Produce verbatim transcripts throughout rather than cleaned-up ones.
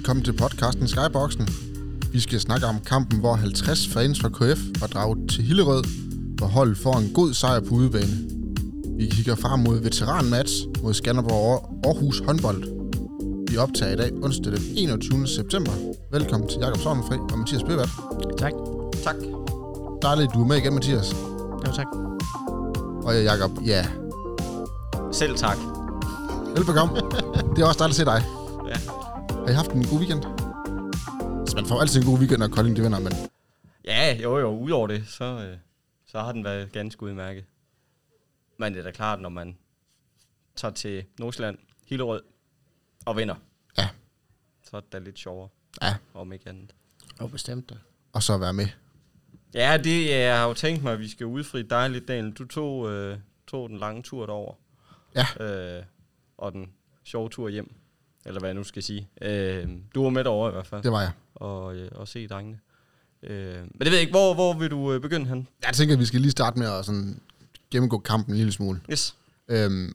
Velkommen til podcasten Skyboxen. Vi skal snakke om kampen, hvor halvtreds fans fra K F var draget til Hillerød, hvor holdet får en god sejr på udebane. Vi kigger frem mod veteranmatch mod Skanderborg Aarhus håndbold. Vi optager i dag onsdag den enogtyvende september. Velkommen til Jakob Sorgenfri og Mathias Bøvert. Tak. Tak. Dejligt, du er med igen, Mathias. Jo, tak. Og jeg, Jakob, ja. Selv tak. Velbekomme. Det er også dejligt at se dig. Ja. Har I haft en god weekend? Så man får altid en god weekend, når Kolding de vinder, men... Ja, jo jo, udover det, så, øh, så har den været ganske udmærket. Men det er da klart, når man tager til Nordsjælland, Hillerød og vinder. Ja. Så er det da lidt sjovere. Ja. Om ikke andet. Og bestemt det. Og så være med. Ja, det jeg har jo tænkt mig, at vi skal udfri dig lidt, Daniel. Du tog, øh, tog den lange tur derover. Ja. Øh, og den sjove tur hjem. Eller hvad jeg nu skal sige. Øh, du var med derovre i hvert fald. Det var jeg. Og, øh, og se drengene. Øh, men det ved jeg ikke, hvor, hvor vil du øh, begynde hen? Jeg tænker, at vi skal lige starte med at sådan gennemgå kampen en lille smule. Yes. Øhm,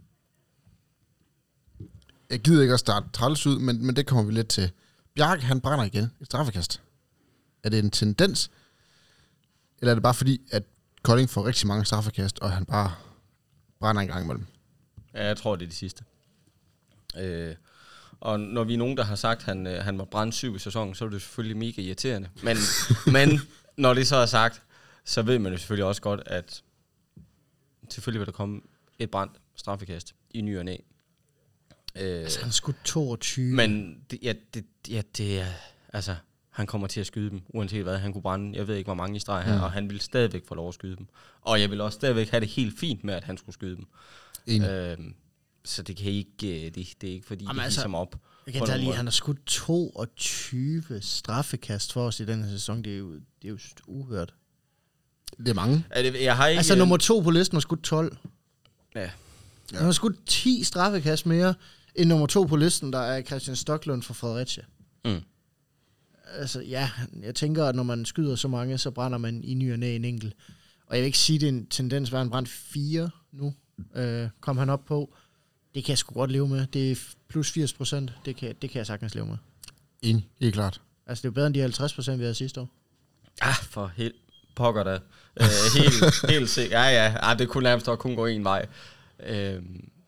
jeg gider ikke at starte træls ud, men, men det kommer vi lidt til. Bjarke, han brænder igen et straffekast. Er det en tendens? Eller er det bare fordi, at Kolding får rigtig mange straffekast, og han bare brænder en gang imellem? Ja, jeg tror, det er det sidste. Øh, og når vi er nogen, der har sagt, at han, øh, han må brænde syv i sæsonen, så er det selvfølgelig mega irriterende. Men, men når det så er sagt, så ved man jo selvfølgelig også godt, at selvfølgelig vil der komme et brændt straffekast i ny og næ. Øh, altså, han er skudt toogtyve. men det, ja, det, ja, det er... Altså, han kommer til at skyde dem, uanset hvad. Han kunne brænde, jeg ved ikke, hvor mange i streg her, mm. og han ville stadigvæk få lov at skyde dem. Og jeg vil også stadigvæk have det helt fint med, at han skulle skyde dem. Øh, så det kan ikke, det, det er ikke fordi, Jamen det altså, ligesom op. Jeg kan tage lige, han har skudt toogtyve straffekast for os i denne sæson. Det er jo, det er jo uhørt. Det er mange. Er det, jeg har ikke, altså, nummer to på listen har skudt tolv. Ja. Han har skudt ti straffekast mere end nummer to på listen, der er Christian Stoklund fra Fredericia. Mm. Altså, ja, jeg tænker, at når man skyder så mange, så brænder man i ny og næ en enkelt. Og jeg vil ikke sige, at det er en tendens, at han brændt fire nu. Øh, kom han op på. Det kan jeg sgu godt leve med. Det er plus firs procent. Det kan, det kan jeg sagtens leve med. Enig, helt klart. Altså, det er jo bedre end de halvtreds procent, vi havde sidste år. Ah, for helt pokker da. Øh, helt, helt sikkert. Ja, ja. Ah, det kunne nærmest også kun gå en vej. Øh,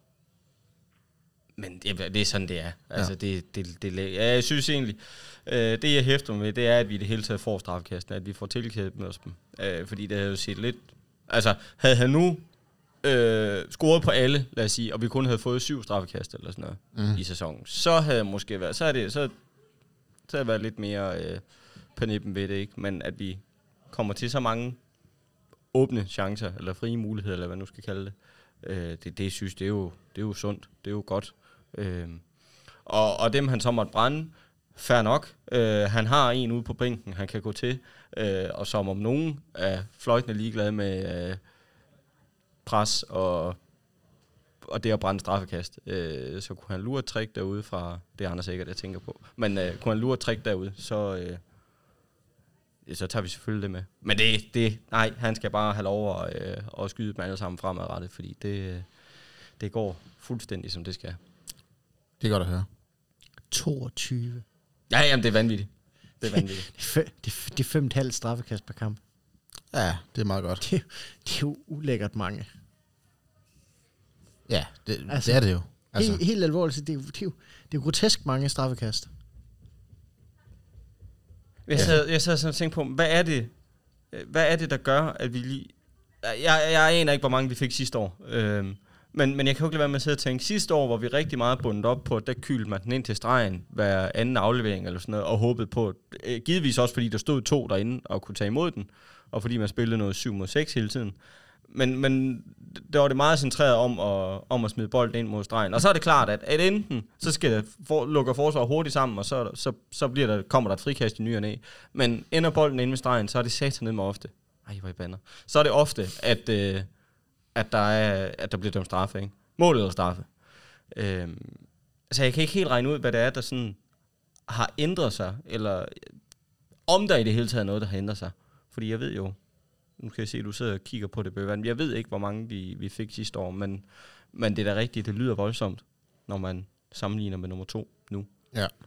men det, det er sådan, det er. Altså, ja. det, det, det, ja, jeg synes egentlig, øh, det jeg hæfter med, det er, at vi i det hele taget får straffekastene, at vi får tilkædet med os dem. Øh, fordi det havde jo set lidt... Altså, havde han nu øh, scoret på alle, lad os sige, og vi kun havde fået syv straffekast eller sådan noget mm. i sæsonen, så havde jeg måske været... Så er det... Så, så havde jeg været lidt mere øh, på nippen ved det, ikke? Men at vi kommer til så mange åbne chancer, eller frie muligheder, eller hvad man nu skal kalde det, øh, det, det synes det er jo, det er jo sundt, det er jo godt. Øh, og, og dem han så måtte brænde, fair nok. Øh, han har en ude på bænken, han kan gå til, øh, og som om nogen er fløjtende ligeglade med øh, pres og, og det at brænde straffekast, øh, så kunne han lure et trick derude fra, det er Anders sikkert, jeg tænker på, men øh, kunne han lure et trick derude, så, øh, så tager vi selvfølgelig det med. Men det, det nej, han skal bare have lov at, øh, at skyde dem alle sammen fremadrettet, fordi det, det går fuldstændig som det skal. Det er godt at høre. toogtyve. Ja, jamen det er vanvittigt. Det er vanvittigt. det, er, det, er, det er fem komma fem straffekast per kamp. Ja, det er meget godt. Det, det er jo ulækkert mange. Ja, det, altså, det er det jo. Altså. Helt, helt alvorligt, det er, jo, det, er jo, det er jo grotesk mange straffekast. Jeg sad, jeg sad sådan og tænkte på, hvad er det, hvad er det, der gør, at vi lige... Jeg, jeg aner ikke, hvor mange vi fik sidste år. Øhm, men, men jeg kan jo ikke lade være med at sidde og tænke, sidste år var vi rigtig meget bundet op på, at der kyldte man den ind til stregen hver anden aflevering eller sådan noget, og håbede på, øh, givetvis også fordi der stod to derinde og kunne tage imod den, og fordi man spillede noget syv mod seks hele tiden. Men, men der var det meget centreret om at, om at smide bolden ind mod stregen. Og så er det klart, at, at enten så skal det for, lukker forsvaret hurtigt sammen, og så, så, så bliver der, kommer der et frikast i ny og næ. Men ender bolden inde ved stregen, så er det satan ned med ofte. Ej, hvor I bander. Så er det ofte, at, øh, at, der, er, at der bliver dømt straffe, ikke? Mål eller straffe. Øh, altså, jeg kan ikke helt regne ud, hvad det er, der sådan har ændret sig, eller om der i det hele taget er noget, der har ændret sig. Fordi jeg ved jo, nu kan jeg se, at du sidder og kigger på det, Bøvand. Jeg ved ikke, hvor mange vi, vi fik sidste år, men, men det er da rigtigt, det lyder voldsomt, når man sammenligner med nummer to nu. Ja.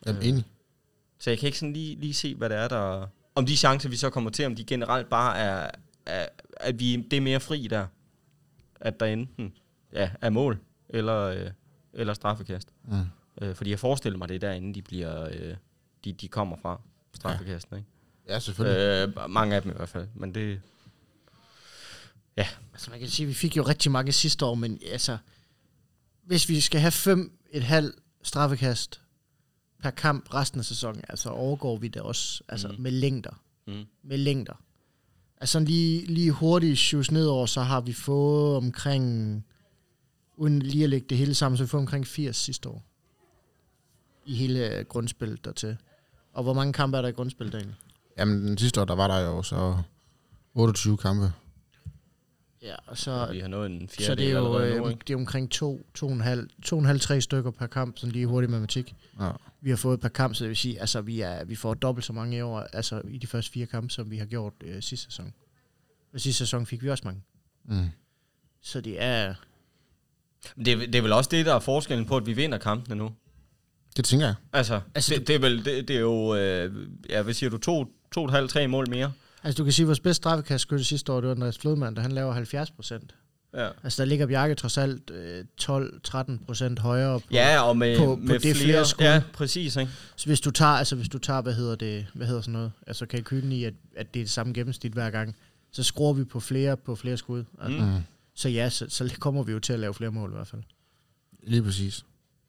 Jamen, enig. Så jeg kan ikke sådan lige, lige se, hvad det er, der... Om de chancer, vi så kommer til, om de generelt bare er... er at vi, det er mere fri der. At der enten ja, er mål, eller, øh, eller straffekast. Mm. Øh, fordi jeg forestiller mig, det er derinde, de bliver... Øh, de, de kommer fra, straffekastene, ikke? Ja, selvfølgelig. Øh, mange af dem i hvert fald, men det... Ja. Altså man kan sige, at vi fik jo rigtig mange sidste år, men altså... Hvis vi skal have fem et halvt straffekast per kamp resten af sæsonen, altså overgår vi det også altså mm. med længder. Mm. Med længder. Altså lige, lige hurtigt shoes nedover, så har vi fået omkring, uden lige at lægge det hele sammen, så vi får omkring firs sidste år. I hele grundspillet dertil. Og hvor mange kampe er der i grundspillet egentlig? Jamen, den sidste år, der var der jo så otteogtyve kampe. Ja, og så, vi har nået en fjerde så det er jo øh, nu, det er omkring to, to og en halv, to og en halv, tre stykker per kamp, sådan lige hurtig matematik. Ja. Vi har fået per kamp, så det vil sige, altså vi, er, vi får dobbelt så mange i år, altså i de første fire kampe, som vi har gjort øh, sidste sæson. Og sidste sæson fik vi også mange. Mm. Så det er... Det er, det er vel også det, der er forskellen på, at vi vinder kampene nu. Det tænker jeg. Altså, altså det, det er vel, det, det er jo, øh, ja, hvad siger du, to, to og et halvt, tre mål mere? Altså du kan sige, at vores bedste straffekastskytte sidste år, det var Andreas Flodman, der han laver halvfjerds procent. Ja. Altså der ligger Bjarke trods alt øh, tolv til tretten procent højere på, ja, og med, på, med på det flere, flere skud. Ja, præcis, ikke? Så hvis du tager, altså hvis du tager, hvad hedder det, hvad hedder sådan noget, altså kalkylen i, at, at det er det samme gennemsnit hver gang, så skruer vi på flere, på flere skud. Altså. Mm. Så ja, så, så kommer vi jo til at lave flere mål i hvert fald. Lige præcis.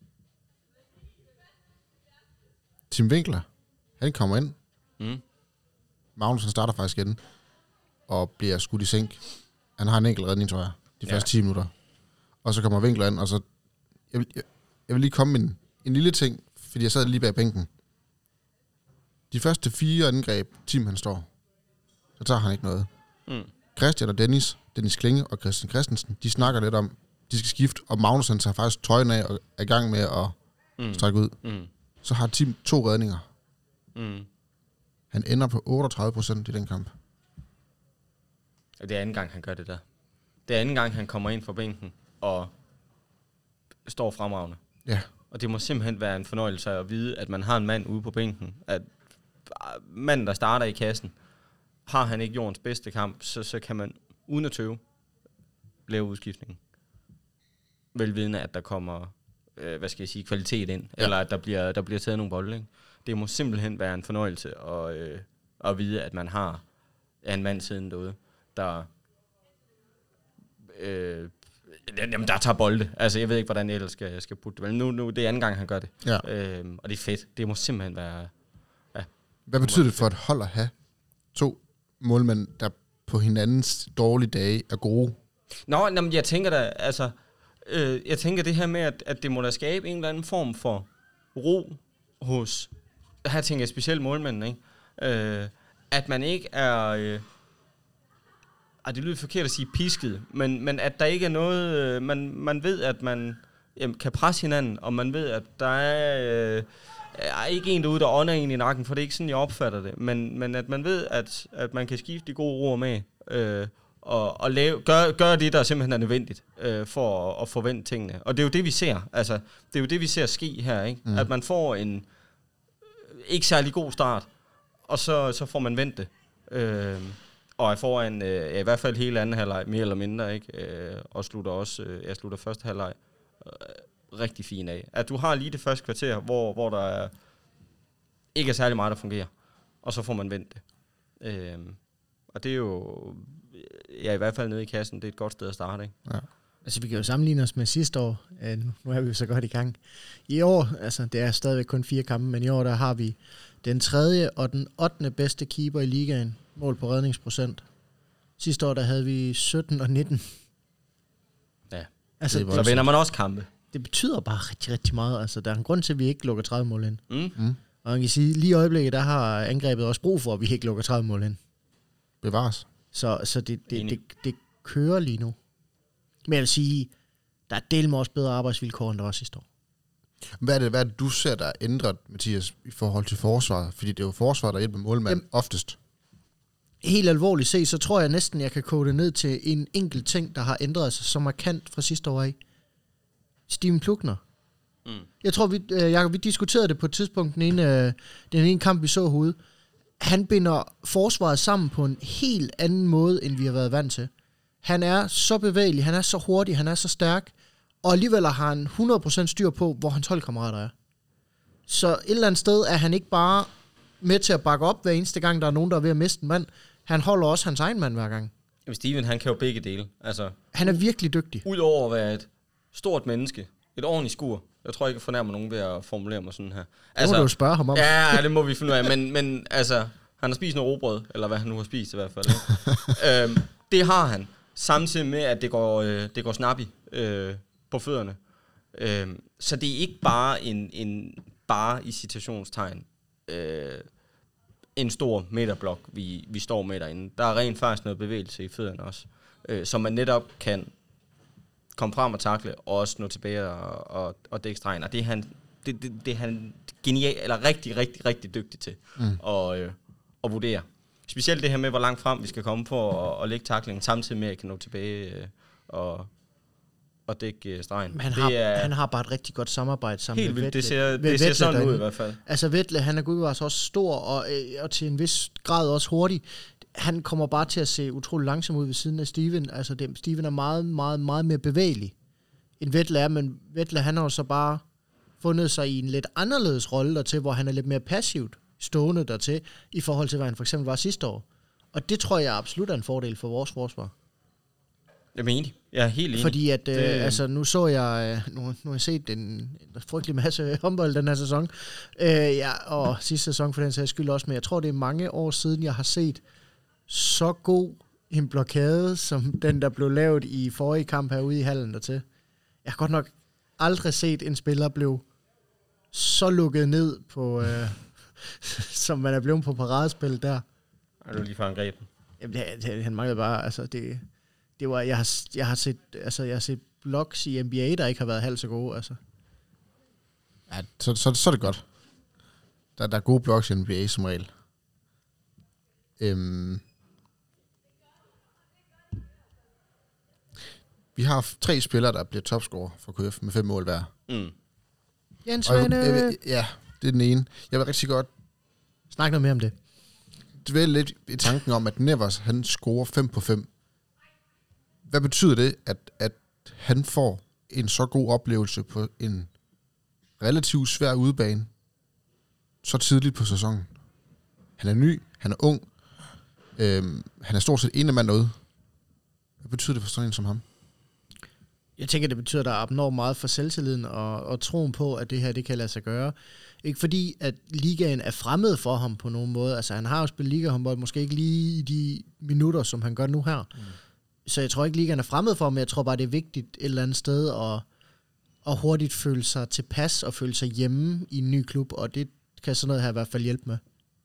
Tim Winkler, han kommer ind. Mm. Magnussen starter faktisk igen, og bliver skudt i sænk. Han har en enkelt redning, tror jeg, de ja. første ti minutter. Og så kommer Winkler ind, og så... Jeg vil, jeg, jeg vil lige komme med en, en lille ting, fordi jeg sad lige bag bænken. De første fire angreb, Tim han står, så tager han ikke noget. Mm. Christian og Dennis, Dennis Klinge og Christian Christensen, de snakker lidt om, de skal skifte, og Magnussen tager faktisk trøjen af og er i gang med at mm. strække ud. Mm. Så har Tim to redninger. Mm. Han ender på otteogtredive procent i den kamp. Det er anden gang, han gør det der. Det er anden gang, han kommer ind fra bænken og står fremragende. Ja. Og det må simpelthen være en fornøjelse at vide, at man har en mand ude på bænken. At manden, der starter i kassen, har han ikke jordens bedste kamp, så, så kan man uden at tøve lave udskiftningen. Velvidende, at der kommer øh, hvad skal jeg sige, kvalitet ind, ja. Eller at der bliver, der bliver taget nogle bolde. Ikke? Det må simpelthen være en fornøjelse at, øh, at vide, at man har en mand siden derude, der øh, jamen, der tager bolde. Altså, jeg ved ikke, hvordan jeg ellers skal, skal putte det. Men nu, nu, det er anden gang, han gør det. Ja. Øhm, og det er fedt. Det må simpelthen være... Ja. Hvad betyder det for et hold at have to målmænd, der på hinandens dårlige dage er gode? Nå, jamen, jeg tænker da, altså... Øh, jeg tænker det her med, at, at det må da skabe en eller anden form for ro hos... Her tænker jeg specielt målmanden, ikke? Øh, at man ikke er... Øh, ah, det lyder forkert at sige pisket, men, men at der ikke er noget... Øh, man, man ved, at man jamen, kan presse hinanden, og man ved, at der er... Øh, er ikke en derude, der ånder en i nakken, for det er ikke sådan, jeg opfatter det. Men, men at man ved, at, at man kan skifte de gode ord med... Øh, og, og lave, gøre, gøre det, der simpelthen er nødvendigt øh, for at, at forvente tingene. Og det er jo det, vi ser. Altså, det er jo det, vi ser ske her, ikke? Mm. At man får en ikke særlig god start, og så, så får man vendt det. Øh, og jeg får en, øh, ja, i hvert fald hele anden halvleg, mere eller mindre, ikke? Øh, og slutter også, øh, jeg slutter første halvleg øh, rigtig fin af. At du har lige det første kvarter, hvor, hvor der er, ikke er særlig meget, der fungerer. Og så får man vendt det. Øh, og det er jo... Ja, i hvert fald nede i kassen, det er et godt sted at starte, ikke? Ja. Altså, vi kan jo sammenligne os med sidste år. Uh, nu er vi jo så godt i gang. I år, altså, det er stadigvæk kun fire kampe, men i år, der har vi den tredje og den ottende bedste keeper i ligaen, mål på redningsprocent. Sidste år, der havde vi sytten og nitten. Ja, altså, det, så vinder man også kampe. Det betyder bare rigtig, rigtig meget. Altså, der er en grund til, at vi ikke lukker tredive mål ind. Mm. Mm. Og man kan sige, lige i øjeblikket, der har angrebet også brug for, at vi ikke lukker tredive mål ind. Bevares. Så, så det, det, det, det kører lige nu. Men jeg vil sige, der er del med også bedre arbejdsvilkår, end der var sidste år. Hvad er det, hvad er det du ser, der er ændret, Mathias, i forhold til forsvaret? Fordi det er jo forsvaret, der hjælper målmanden Jamen, oftest. Helt alvorligt set, så tror jeg næsten, jeg kan kode det ned til en enkelt ting, der har ændret sig så markant fra sidste år af. Steven Plukner. Mm. Jeg tror, vi, øh, Jacob, vi diskuterede det på et tidspunkt, den ene, øh, den ene kamp, vi så herude. Han binder forsvaret sammen på en helt anden måde, end vi har været vant til. Han er så bevægelig, han er så hurtig, han er så stærk, og alligevel har han hundrede procent styr på, hvor hans holdkammerater er. Så et eller andet sted er han ikke bare med til at bakke op hver eneste gang, der er nogen, der er ved at miste en mand. Han holder også hans egen mand hver gang. Jamen Steven, han kan jo begge dele. Altså, han er virkelig dygtig. Udover at være et stort menneske, et ordentligt skur. Jeg tror ikke, jeg fornærmer nogen ved at formulere mig sådan her. Altså, det må du spørge ham om. Ja, det må vi finde ud af. Men, men altså, han har spist noget robrød, eller hvad han nu har spist i hvert fald. øhm, det har han. Samtidig med, at det går, øh, det går snappy øh, på fødderne. Øhm, så det er ikke bare en, en bare i citationstegn øh, en stor meterblok, vi, vi står med derinde. Der er rent faktisk noget bevægelse i fødderne også, øh, som man netop kan komme frem og takle, og også nå tilbage og, og, og dække stregen. Og det er han, det, det, det er han genial, eller rigtig, rigtig, rigtig dygtig til mm. at, øh, at vurdere. Specielt det her med, hvor langt frem vi skal komme for at, at lægge taklingen, samtidig med at jeg kan nå tilbage øh, og, og dække stregen. Han har, er, han har bare et rigtig godt samarbejde sammen helt med vildt. Vettel. Det ser, det ser sådan derinde. Ud i hvert fald. Altså Vettel, han er gudvars også stor, og, og til en vis grad også hurtig. Han kommer bare til at se utrolig langsom ud ved siden af Steven. Altså det, Steven er meget, meget, meget mere bevægelig, end Vettel er, men Vettel, han har jo så bare fundet sig i en lidt anderledes rolle dertil, hvor han er lidt mere passivt stående dertil, i forhold til, hvad han for eksempel var sidste år. Og det tror jeg absolut er en fordel for vores forsvar. Jeg er enig. Jeg er helt enig. Fordi at, øh, altså, nu så jeg, nu, nu har jeg set en, en frygtelig masse håndbold den her sæson, øh, ja, og sidste sæson for den sags skyld også, men jeg tror, det er mange år siden, jeg har set så god en blokade, som den, der blev lavet i forrige kamp herude i hallen dertil. Jeg har godt nok aldrig set en spiller blive så lukket ned på, øh, som man er blevet på paradespil der. Er du lige for angrebet? Jamen, det, det, han manglede bare, altså det, det var, jeg har, jeg har set, altså jeg har set blocks i N B A, der ikke har været halvt så gode, altså. Ja, så, så, så er det godt. Der, der er gode blocks i N B A som regel. Øhm. Vi har tre spillere, der bliver topscorer for K F med fem mål hver. Mm. Jens Svane. Ja, det er den ene. Jeg vil rigtig godt snakke noget mere om det. Dvæle lidt i tanken om, at Nevers, han scorer fem på fem. Hvad betyder det, at, at han får en så god oplevelse på en relativt svær udebane så tidligt på sæsonen? Han er ny, han er ung, øhm, han er stort set ene mand noget. Hvad betyder det for sådan en som ham? Jeg tænker, det betyder, at der er abnormt meget for selvtilliden og, og troen på, at det her, det kan lade sig gøre. Ikke fordi, at ligaen er fremmed for ham på nogen måde. Altså, han har jo spillet ligahåndbold, måske ikke lige i de minutter, som han gør nu her. Mm. Så jeg tror ikke, ligaen er fremmed for ham, men jeg tror bare, det er vigtigt et eller andet sted at, at hurtigt føle sig tilpas og føle sig hjemme i en ny klub, og det kan sådan noget her i hvert fald hjælpe med.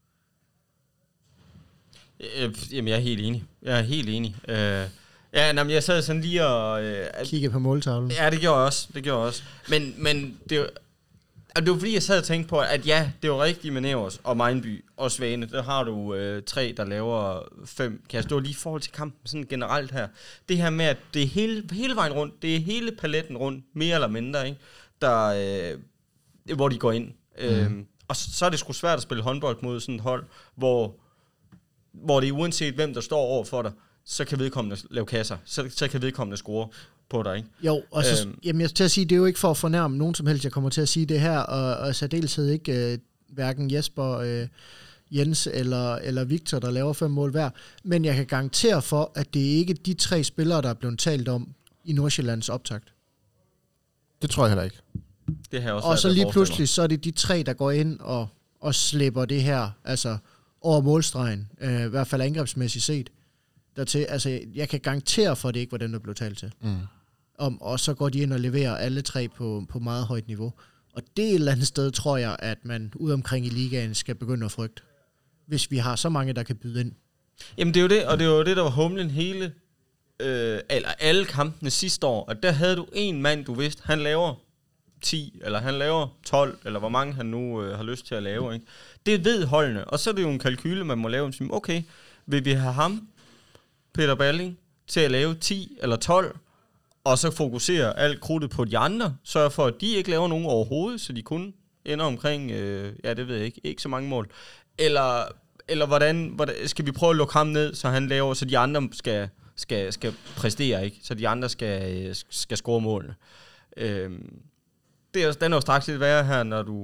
Jamen, jeg er helt enig. Jeg er helt enig. Øh, ja, nej, jeg sad sådan lige og... Øh, Kigge på måltavlen. Ja, det gjorde jeg også. Det gjorde jeg også. Men, men det var... Det var fordi, jeg sad og tænkte på, at ja, det var rigtigt med Nevers og Mejnby og Svane. Der har du øh, tre, der laver fem. Kan jeg stå lige i forhold til kampen sådan generelt her. Det her med, at det er hele, hele vejen rundt, det er hele paletten rundt, mere eller mindre, ikke? Der, øh, hvor de går ind. Mm. Øhm, og så, så er det sgu svært at spille håndbold mod sådan et hold, hvor, hvor det er uanset hvem, der står over for dig, så kan vedkommende lave kasser, så, så kan vedkommende score på dig, ikke? Jo, og så, øhm, jamen, jeg skal til at sige, det er jo ikke for at fornærme nogen som helst, jeg kommer til at sige det her, og, og særdeleshed ikke øh, hverken Jesper, øh, Jens eller, eller Victor, der laver fem mål hver, men jeg kan garantere for, at det ikke er de tre spillere, der er blevet talt om i Nordsjællands optakt. Det tror jeg heller ikke. Det her også og så lige pludselig, så er det de tre, der går ind og, og slipper det her, altså over målstregen, øh, i hvert fald angrebsmæssigt set, dertil, altså jeg kan garantere for, at det ikke var den, der blev talt til. Mm. Om, og så går de ind og leverer alle tre på, på meget højt niveau. Og det et eller andet sted, tror jeg, at man ude omkring i ligaen skal begynde at frygte, hvis vi har så mange, der kan byde ind. Jamen det er jo det, og det var jo det, der var humlen hele, øh, eller alle kampene sidste år, at der havde du en mand, du vidste, han laver ti, eller han laver tolv, eller hvor mange han nu øh, har lyst til at lave, ikke? Det ved holdene, og så er det jo en kalkyle, man må lave, okay, vil vi have ham, Peter Balling, til at lave ti eller tolv, og så fokusere alt krudtet på de andre, sørge for, at de ikke laver nogen overhovedet, så de kun ender omkring, øh, ja, det ved jeg ikke, ikke så mange mål. Eller, eller hvordan, hvordan skal vi prøve at lukke ham ned, så han laver, så de andre skal, skal, skal præstere, ikke? Så de andre skal, skal score målene. Øh, det er, den er jo straks lidt værre her, når du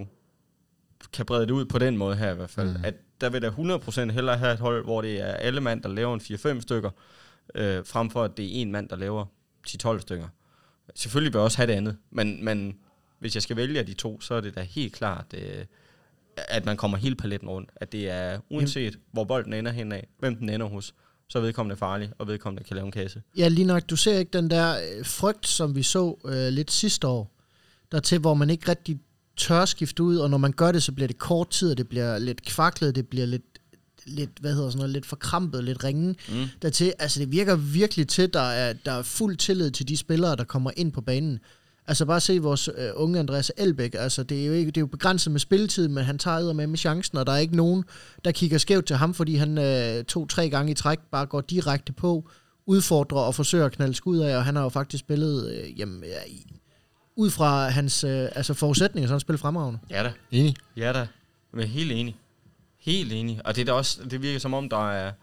kan brede det ud på den måde her i hvert fald, mm. at der vil der hundrede procent hellere have et hold, hvor det er alle mand, der laver en fire fem stykker, øh, frem for at det er en mand, der laver ti tolv stykker. Selvfølgelig vil jeg også have det andet, men, men hvis jeg skal vælge de to, så er det da helt klart, øh, at man kommer hele paletten rundt. At det er uanset, Jamen. hvor bolden ender henad, hvem den ender hos, så er vedkommende farlig, og vedkommende kan lave en kasse. Ja, lige nok. Du ser ikke den der øh, frygt, som vi så øh, lidt sidste år, der til, hvor man ikke rigtig tør skifte ud, og når man gør det, så bliver det kort tid, og det bliver lidt kvaklet, det bliver lidt, lidt hvad hedder sådan noget, lidt forkrampet, lidt ringen. Mm. Dertil, altså det virker virkelig til, der er, der er fuld tillid til de spillere, der kommer ind på banen. Altså bare se vores øh, unge Andreas Elbæk, altså det er jo ikke, det er jo begrænset med spilletid, men han tager med med chancen, og der er ikke nogen, der kigger skævt til ham, fordi han øh, to-tre gange i træk bare går direkte på, udfordrer og forsøger at knalde skud af, og han har jo faktisk spillet øh, jamen, ja, ud fra hans øh, altså forudsætninger, så han spiller fremragende. Ja da. Enig? Ja da. Jeg er helt enig. Helt enig. Og det er da også, det virker som om, der er,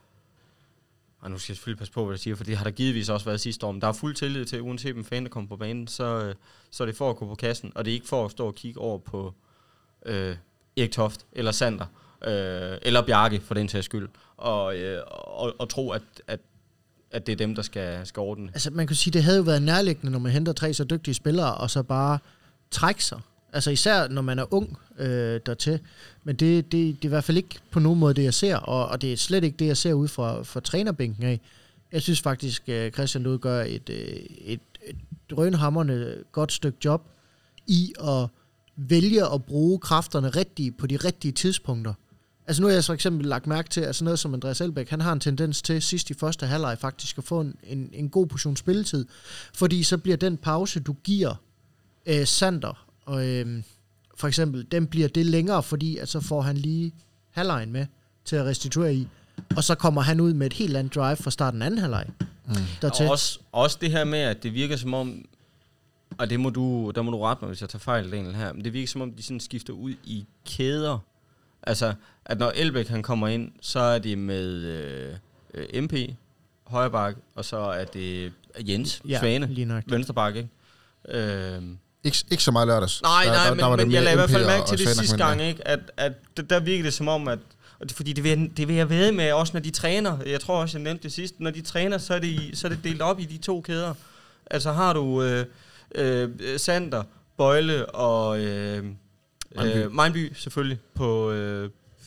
og nu skal jeg selvfølgelig passe på, hvad jeg siger, for det har der givetvis også været sidste år, men der er fuld tillid til, uanset hvem fan, der kommer på banen, så, så er det for at gå på kassen, og det er ikke for at stå og kigge over på øh, Erik Toft, eller Sander, øh, eller Bjarke, for den sags skyld, og, øh, og, og tro, at, at at det er dem, der skal, skal ordne. Altså man kan sige, det havde jo været nærliggende, når man henter tre så dygtige spillere, og så bare trække sig. Altså især når man er ung øh, dertil. Men det, det, det er i hvert fald ikke på nogen måde det, jeg ser, og, og det er slet ikke det, jeg ser ud fra, fra trænerbænken af. Jeg synes faktisk, at Christian Lod gør et, et, et, et drønhamrende godt stykke job i at vælge at bruge kræfterne rigtigt på de rigtige tidspunkter. Altså nu har jeg for eksempel lagt mærke til, at sådan noget som Andreas Elbæk, han har en tendens til sidst i første halvleg faktisk at få en, en, en god portion spilletid, fordi så bliver den pause, du giver øh, Sander, og øh, for eksempel, den bliver det længere, fordi at så får han lige halvlegen med til at restituere i, og så kommer han ud med et helt andet drive fra starten af anden halvleg. Mm. Og også, også det her med, at det virker som om, og det må du, der må du rette mig, hvis jeg tager fejl, Daniel, her, men det virker som om, de sådan skifter ud i kæder. Altså, at når Elbæk han kommer ind, så er det med øh, M P, højreback, og så er det Jens, ja, Svane, venstreback, ikke? Øh, ikke? Ikke så meget lørdags. Nej, nej, der, der men, men jeg lagde i hvert fald mærke til det sidste gang, ikke? At, at der virker det som om, at og det, fordi det vil, det vil jeg ved med, også når de træner, jeg tror også, jeg nævnte det sidste, når de træner, så er det, så er det delt op i de to kæder. Altså har du øh, øh, Sander, Bøjle og øh, Mindby. Øh, Mindby selvfølgelig på øh,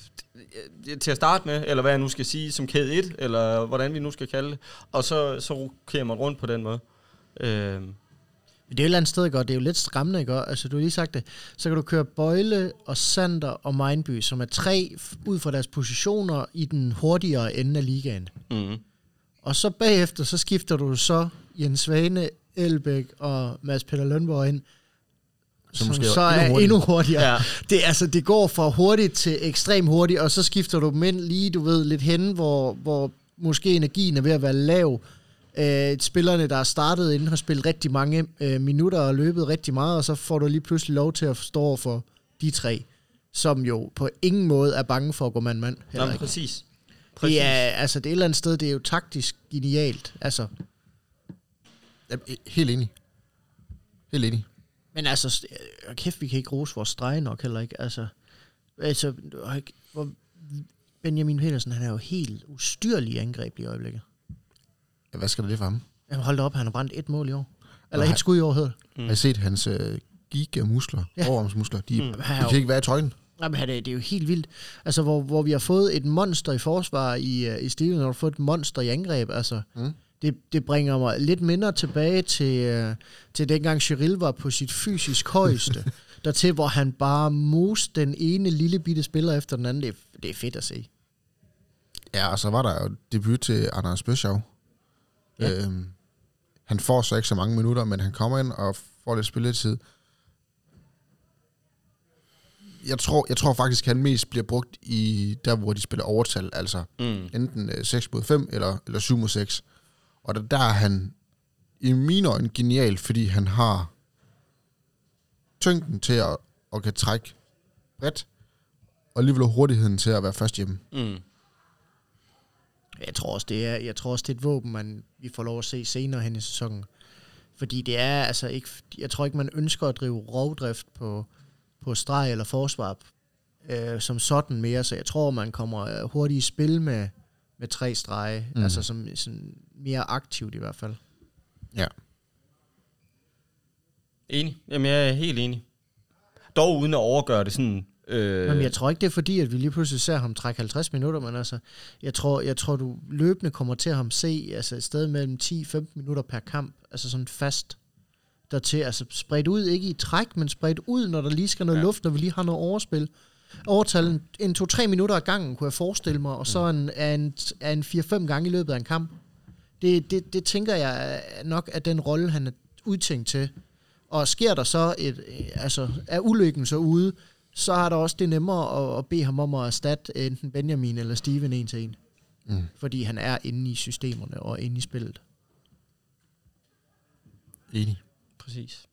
til at starte med, eller hvad jeg nu skal sige, som kæde et, eller hvordan vi nu skal kalde det, og så, så rokerer man rundt på den måde. Øh. Det er jo et eller andet sted, godt. Det er jo lidt skræmmende, ikke? Altså, du har lige sagt det. Så kan du køre Bøjle og Sander og Mindby, som er tre ud fra deres positioner i den hurtigere ende af ligaen. Mm. Og så bagefter, så skifter du så Jens Svane, Elbæk og Mads Peter Lønborg ind, som, som så er endnu, endnu hurtigere. Ja. Det, altså, det går fra hurtigt til ekstremt hurtigt, og så skifter du dem ind lige, du ved, lidt hen, hvor, hvor måske energien er ved at være lav. Øh, spillerne, der er startet inden, har spillet rigtig mange øh, minutter og løbet rigtig meget, og så får du lige pludselig lov til at stå over for de tre, som jo på ingen måde er bange for at gå mand-mand. Jamen, præcis. præcis. Det er, altså, det er et eller andet sted, det er jo taktisk genialt. Altså. Helt enig. Helt enig. Men altså, kæft, vi kan ikke rose vores strege nok heller ikke. Altså, altså Benjamin Petersen, han er jo helt ustyrlig i angreb i øjeblikket. Ja, hvad skal det for ham? Jamen hold da op, han har brændt et mål i år. Eller et skud i år, hedder det. Mm. Jeg har set hans øh, gigamuskler, ja. overarmsmuskler, de, mm. de kan ikke være i trøjen. Jamen, det, det er jo helt vildt. Altså, hvor, hvor vi har fået et monster i forsvar i, i Steven, og har fået et monster i angreb, altså. Mm. Det, det bringer mig lidt mindre tilbage til, uh, til dengang Cheryl var på sit fysisk højeste, dertil, hvor han bare moste den ene lille bitte spiller efter den anden. Det, det er fedt at se. Ja, og så var der jo debut til Anders Bøshav. Ja. Øhm, han får så ikke så mange minutter, men han kommer ind og får lidt spilletid. Jeg tror, jeg tror faktisk, at han mest bliver brugt i der, hvor de spiller overtal, altså mm. enten uh, seks mod fem eller, eller syv mod seks. Og der, der er han i mine øjne genial, fordi han har tyngden til at, at kan trække bredt, og alligevel hurtigheden til at være først hjemme. Mm. Jeg tror også, det er, jeg tror også, det er et våben, man, vi får lov at se senere hen i sæsonen. Fordi det er altså ikke, jeg tror ikke, man ønsker at drive rovdrift på, på streg eller forsvar øh, som sådan mere, så jeg tror, man kommer hurtigt i spil med, med tre strege, mm. altså som sådan mere aktivt i hvert fald. Ja. Enig. Jamen, jeg er helt enig. Dog uden at overgøre det sådan... Øh... Men jeg tror ikke, det er fordi, at vi lige pludselig ser ham trække halvtreds minutter, men altså, jeg tror, jeg tror du løbende kommer til at ham se altså et sted mellem ti til femten minutter per kamp, altså sådan fast dertil, altså spredt ud, ikke i træk, men spredt ud, når der lige skal noget ja. luft, når vi lige har noget overspil. Overtal en, en to-tre minutter ad gangen, kunne jeg forestille mig, og så en, en, en fire-fem gange i løbet af en kamp. Det, det, det tænker jeg nok er den rolle, han er udtænkt til. Og sker der så et, altså er ulykken så ude, så er der også det nemmere at, at bede ham om at erstatte enten Benjamin eller Steven en til en. Mm. Fordi han er inde i systemerne og inde i spillet. Enig. Præcis.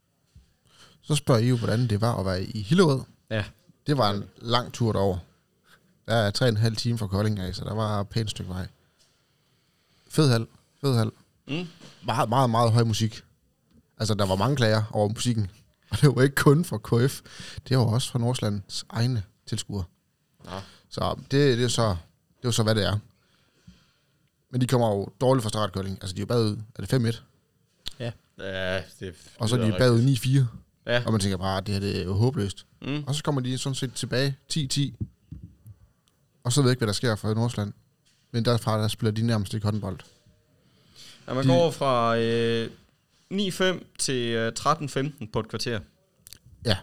Så spørger I jo, hvordan det var at være i Hillerød. Ja. Det var en lang tur derover. Der er tre og en halv time fra Kolding af, så der var et pænt stykke vej. Fed hal. Fed hal. Mm. Meget, meget, meget høj musik. Altså, der var mange klager over musikken. Og det var ikke kun fra K F. Det var også fra Nordsjællands egne tilskuere. Ja. Så det, det, er så, det er så, hvad det er. Men de kommer jo dårligt fra start, Kolding. Altså, de er jo bagud. Er det fem et? Ja. Ja, det og så er de bagud ni fire. Ja. Og man tænker bare, at det her det er jo håbløst. Mm. Og så kommer de sådan set tilbage ti ti. Og så ved jeg ikke, hvad der sker for Nordsjælland. Men derfra, der spiller de nærmest ikke håndbold. Ja, man de, går fra øh, ni fem til øh, tretten femten på et kvarter. Ja.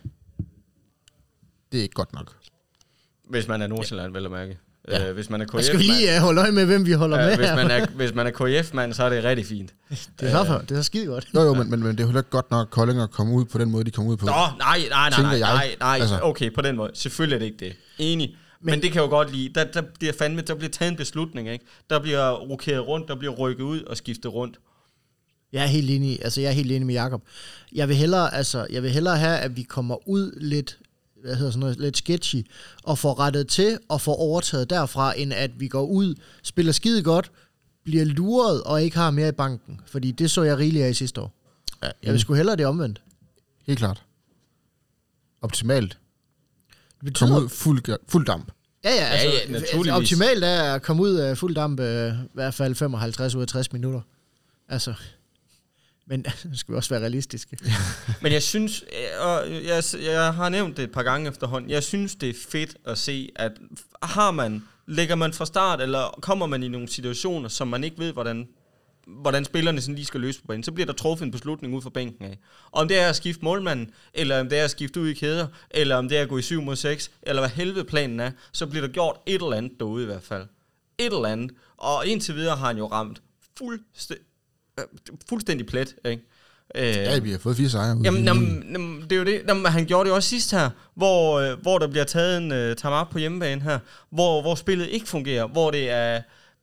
Det er ikke godt nok. Hvis man er Nordsjælland, ja. vel at mærke. Ja. Øh, hvis man er K F-mand... Skal vi lige uh, holde øje med, hvem vi holder ja, med hvis her? man, er, hvis man er K F-mand, så er det rigtig fint. Det er derfor. Det er så skide godt. Jo, jo, men, men, men det er heller ikke godt nok, at Kolding at komme ud på den måde, de kommer ud på. Nå, nej, nej, nej, nej, nej, nej. Altså. Okay, på den måde. Selvfølgelig er det ikke det. Enig. Men, men det kan jeg jo godt lide. Der, der bliver fandme, der bliver taget en beslutning, ikke? Der bliver rokeret rundt, der bliver rykket ud og skiftet rundt. Jeg er helt enig, altså jeg er helt enig med Jakob. Jeg vil hellere, altså, jeg vil hellere have, at vi kommer ud lidt, hvad hedder sådan noget, lidt sketchy, og får rettet til, og får overtaget derfra, end at vi går ud, spiller skide godt, bliver luret, og ikke har mere i banken. Fordi det så jeg rigeligt af i sidste år. Ja, jeg vil sgu hellere det omvendt. Helt klart. Optimalt. Det betyder... Kom ud fuld, fuld damp. Ja, ja, altså, ja, ja, naturligvis. Optimalt er at komme ud af fuld damp, øh, i hvert fald femoghalvtreds ud af tres minutter. Altså... Men det skal også være realistiske. Men jeg synes, og jeg, jeg har nævnt det et par gange efterhånden, jeg synes, det er fedt at se, at har man, lægger man fra start, eller kommer man i nogle situationer, som man ikke ved, hvordan, hvordan spillerne sådan lige skal løse på banen, så bliver der truffet en beslutning ud fra bænken af. Om det er at skifte målmanden, eller om det er at skifte ud i kæder, eller om det er at gå i syv mod seks, eller hvad helvede planen er, så bliver der gjort et eller andet derude i hvert fald. Et eller andet. Og indtil videre har han jo ramt fuldstændig fuldstændig plet, ikke? Øh, ja, vi har fået fire sejre. Jamen, jamen, jamen, det er jo det. Jamen, han gjorde det jo også sidst her, hvor, øh, hvor der bliver taget en uh, time-up på hjemmebane her, hvor, hvor spillet ikke fungerer, hvor det er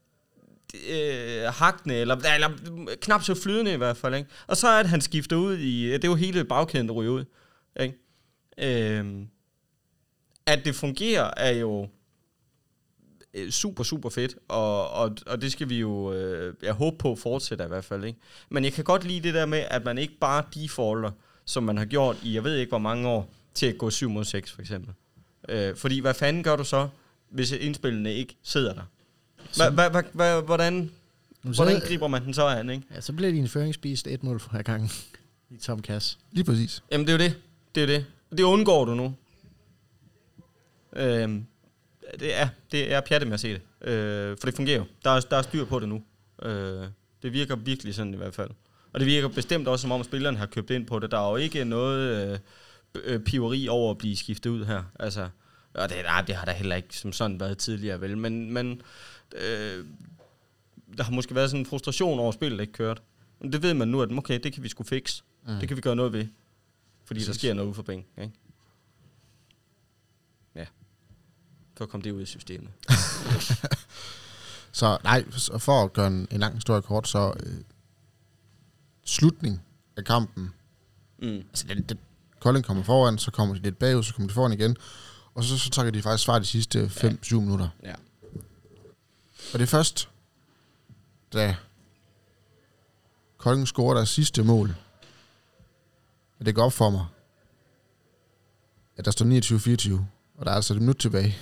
øh, hakkende, eller, eller knap så flydende i hvert fald, ikke? Og så er det, han skifter ud i, det er jo hele bagkæden, der ryger ud, ikke? Øh, at det fungerer, er jo super, super fedt, og, og, og det skal vi jo, øh, jeg håber på, fortsætte i hvert fald, ikke? Men jeg kan godt lide det der med, at man ikke bare defaulter, som man har gjort i, jeg ved ikke hvor mange år, til at gå syv mod seks, for eksempel. Øh, fordi hvad fanden gør du så, hvis indspillene ikke sidder der? Hva, hva, hva, hva, hvordan, hvordan griber man den så an, ikke? Ja, så bliver din føringsspist et mål for hver gang i tom kasse. Lige præcis. Jamen, det er jo det. Det er det. Det undgår du nu. Øhm, Det er, det er pjatte med at se det. Øh, for det fungerer jo. Der er, der er styr på det nu. Øh, det virker virkelig sådan i hvert fald. Og det virker bestemt også, som om spillerne har købt ind på det. Der er jo ikke noget øh, piveri over at blive skiftet ud her. Altså, og det, nej, det har der heller ikke som sådan været tidligere, vel. Men, men øh, der har måske været sådan en frustration over spillet, der ikke kørt. Men det ved man nu, at okay, det kan vi sgu fikse. Mm. Det kan vi gøre noget ved. Fordi Præcis. Der sker noget ude for bænken, ikke? For at komme det ud i systemet. Så nej, for at gøre en, en lang historie kort, så øh, slutning af kampen. Mm. Altså, det, det, Kolding kommer foran, så kommer de lidt bagud, så kommer de foran igen. Og så, så trækker de faktisk svar de sidste fem syv ja. minutter. Ja. Og det er først, da Kolding scorer deres sidste mål, at det går op for mig, at der står niogtyve fireogtyve, og der er altså et minut tilbage.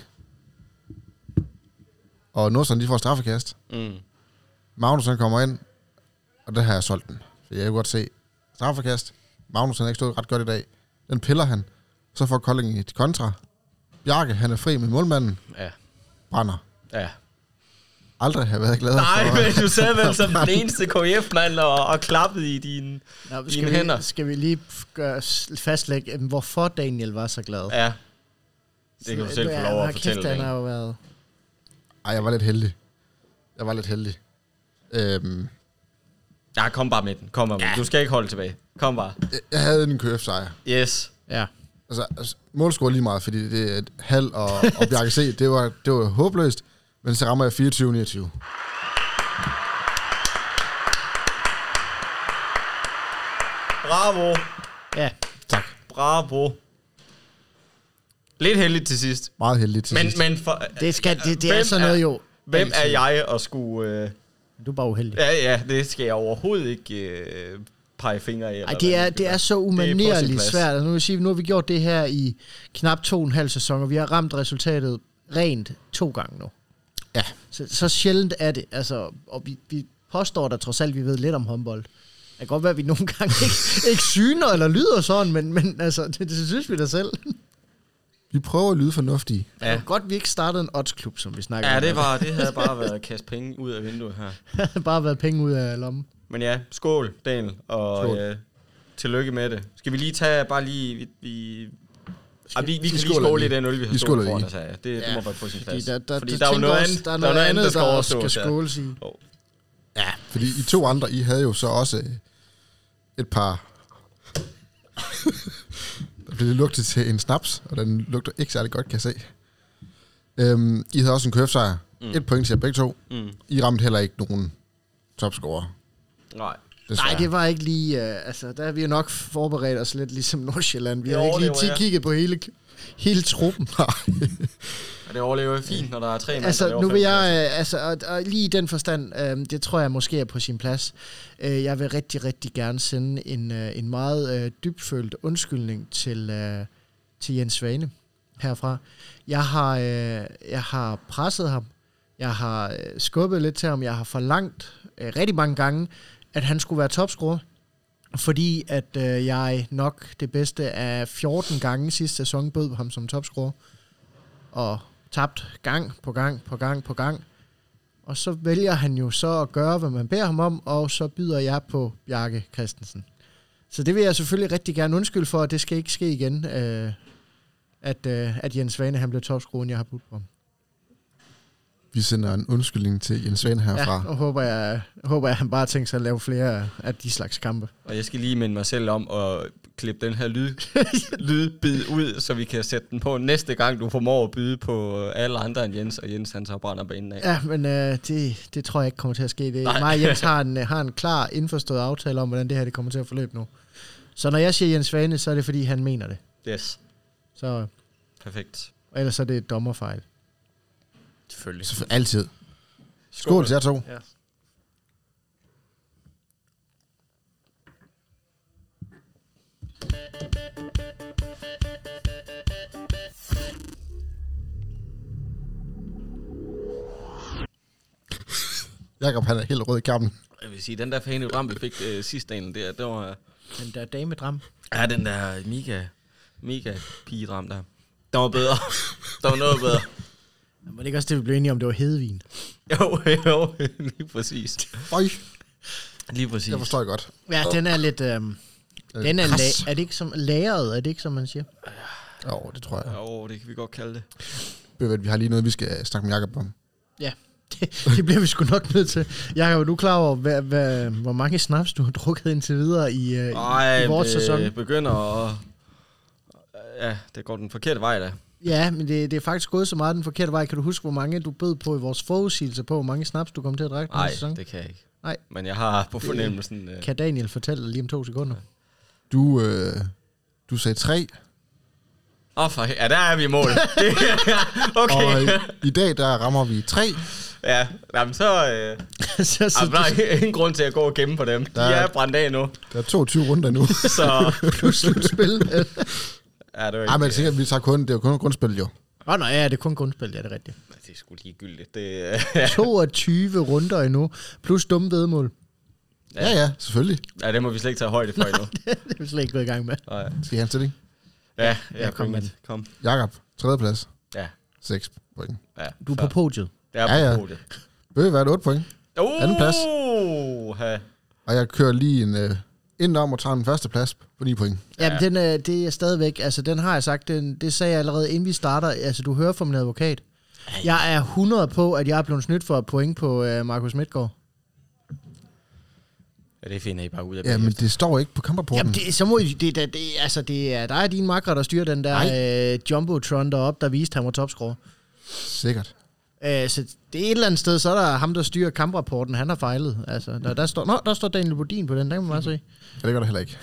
Og Nordstrand, de får straffekast. Mm. Magnussen kommer ind, og der har jeg solgt den. Så jeg kan godt se, straffekast. Magnussen har ikke stået ret godt i dag. Den piller han. Så får Kolding et kontra. Bjarke, han er fri med målmanden. Ja. Brænder. Ja. Aldrig har været glad Nej, for... Nej, men du sad vel som den eneste K F mand og, og klappede i dine, Nå, dine skal hænder. Vi, skal vi lige gøre, fastlægge, hvorfor Daniel var så glad? Ja. Det kan du selv få lov at fortælle. Kæft, han har jo været... Ej, jeg var lidt heldig. Jeg var lidt heldig. Øhm... Ja, kom bare med den. Kom bare med ja. Du skal ikke holde tilbage. Kom bare. Jeg, jeg havde en K F-sejr. Yes. Ja. Altså, altså målscore lige meget, fordi det er et halv og, og Bjarke C. Det var, det var håbløst, men så rammer jeg fireogtyve niogtyve. Bravo. Ja. Tak. Bravo. Lidt heldigt til sidst. Meget heldigt til men, sidst. Men for, det, skal, det, det er sådan noget jo. Hvem er jeg at skulle... Øh... Du er bare uheldig. Ja, ja, det skal jeg overhovedet ikke øh, pege fingre i. Ej, det er, det er så umanerligt svært. Altså, nu, vil sige, nu har vi gjort det her i knap to og en halv sæson, og vi har ramt resultatet rent to gange nu. Ja. Så, så sjældent er det. Altså, og vi, vi påstår da trods alt, vi ved lidt om håndbold. Det kan godt være, at vi nogle gange ikke, ikke syner eller lyder sådan, men, men altså, det, det synes vi da selv. Vi prøver at lyde fornuftige. Ja. Det var godt, vi ikke startede en oddsklub, som vi snakkede ja, om. Ja, det, var, det havde bare været at kaste penge ud af vinduet her. Det havde bare været penge ud af lommen. Men ja, skål, Daniel, og skål. Øh, tillykke med det. Skal vi lige tage, bare lige... Vi, vi, ah, vi, vi, vi kan lige skåle i den øl, vi har stået foran os her. Det, det ja, må være på sin plads. Der, der, fordi der, der er jo noget andet, der, er noget andet, der skal, der skal skåles i. Oh. Ja, fordi I to andre, I havde jo så også et par... Der blev det lugtet til en snaps, og den lugter ikke særlig godt, kan jeg se. Øhm, I havde også en K F-sejr. Mm. Et point til jer begge to. Mm. I ramte heller ikke nogen topscorer. Nej. Nej, det var ikke lige... Uh, altså, der har vi jo nok forberedt os lidt ligesom Nordsjælland. Vi har ikke lige tit kigget på hele, hele truppen. Og det overlever jo fint, når der er tre mand, altså, nu vil jeg... Uh, altså, og, og lige i den forstand, uh, det tror jeg måske er på sin plads. Uh, jeg vil rigtig, rigtig gerne sende en, uh, en meget uh, dybfølt undskyldning til, uh, til Jens Svane herfra. Jeg har, uh, jeg har presset ham. Jeg har uh, skubbet lidt til ham. Jeg har forlangt uh, rigtig mange gange, at han skulle være topscorer, fordi at øh, jeg nok det bedste af fjorten gange sidste sæson bød ham som topscorer, og tabt gang på gang på gang på gang. Og så vælger han jo så at gøre, hvad man beder ham om, og så byder jeg på Bjarke Christensen. Så det vil jeg selvfølgelig rigtig gerne undskylde for, at det skal ikke ske igen, øh, at, øh, at Jens Svane han blev topscoreren, jeg har budt på ham. Vi sender en undskyldning til Jens Svane herfra. Ja, og håber jeg, håber jeg, han bare tænker sig at lave flere af de slags kampe. Og jeg skal lige minde mig selv om at klippe den her lyd, lydbid ud, så vi kan sætte den på næste gang, du formår at byde på alle andre end Jens, og Jens han så brænder banen af. Ja, men øh, det, det tror jeg ikke kommer til at ske. Det, mig og Jens har en, har en klar indforstået aftale om, hvordan det her det kommer til at forløbe nu. Så når jeg siger Jens Svane, så er det fordi, han mener det. Yes. Så, perfekt. Ellers er det et dommerfejl. Selvfølgelig. Så altid. Skål, Skål til jer to. Ja. Jakob, han er helt rød i kampen. Jeg vil sige, den der fane dram, vi fik øh, sidste dagen, det, det var... Den der damedram? Ja, den der mega, mega pigedram der. Der var bedre. Der var noget bedre. Var det ikke også det, vi blev enige om, det var hedevin? Jo, jo, lige præcis. Øj. Lige præcis. Jeg forstår jeg godt. Ja, den er lidt... Øhm, øh, den er, la- er det ikke som lagret, er det ikke som man siger? Jo, det tror jeg. Jo, det kan vi godt kalde det. Bøvet, vi har lige noget, vi skal snakke med Jakob om. Ja, det, det bliver vi sgu nok nødt til. Jakob, er du klar over, hvad, hvad, hvor mange snaps du har drukket indtil videre i, øh, Ej, i, i vores det sæson? begynder at... Ja, det går den forkerte vej da. Ja, men det, det er faktisk gået så meget den forkerte vej. Kan du huske, hvor mange du bød på i vores forudsigelser på, hvor mange snaps du kom til at drikke? Nej, det kan jeg ikke. Nej. Men jeg har på fornemmelsen... Øh... Kan Daniel fortælle lige om to sekunder? Du, øh, du sagde tre. Åh, oh, for ja, der er vi i mål. Okay. Og i, i dag, der rammer vi tre. Ja, jamen så... Øh... så, så altså, der er ingen grund til at gå og gemme på dem. De Der er, er- er brændt af nu. Der er toogtyve runder nu. Så... plus slutspil. ja, det er jo Nej, men jeg ikke... tænker, at vi tager kun, det er jo kun grundspil, jo. Åh, oh, nej, ja, det er kun grundspil, ja, det er rigtigt. Det er sgu ligegyldigt. Det, toogtyve runder endnu, plus dumme vedmål. Ja, ja, ja selvfølgelig. ja, det må vi slet ikke tage højde for endnu. Det er vi slet ikke gået i gang med. Nej. Skal I have en stilling? Ja, Ja, ja, kom kom med med. Kom. Jakob, tredjeplads. Ja, seks point. ja. Du er på podiet. Jeg er Ja, på ja. podiet. Bøge været otte point. Uh, Anden plads. Ha. Og jeg kører lige en øh, ind om og tager den første plads på ni point. Ja, men den, øh, det er stadigvæk, altså den har jeg sagt, den, det sagde jeg allerede inden vi starter, altså du hører fra min advokat. Jeg er hundrede på, at jeg er blevet snydt for et point på øh, Markus Midtgaard. Ja, det finder I bare ud af. Ja, men bagefter. det står ikke på kamperporten. Jamen, det, så må I, det, det, det, altså det er, der er din makre, der styrer den der øh, Jumbotron deroppe, der viste, han var topscorer. Sikkert. Øh, så det er et eller andet sted, så er der ham, der styrer kamprapporten, han har fejlet. Altså, der, der, står, nå, der står Daniel Bodin på den, der kan man bare se. Ja, det gør der heller ikke.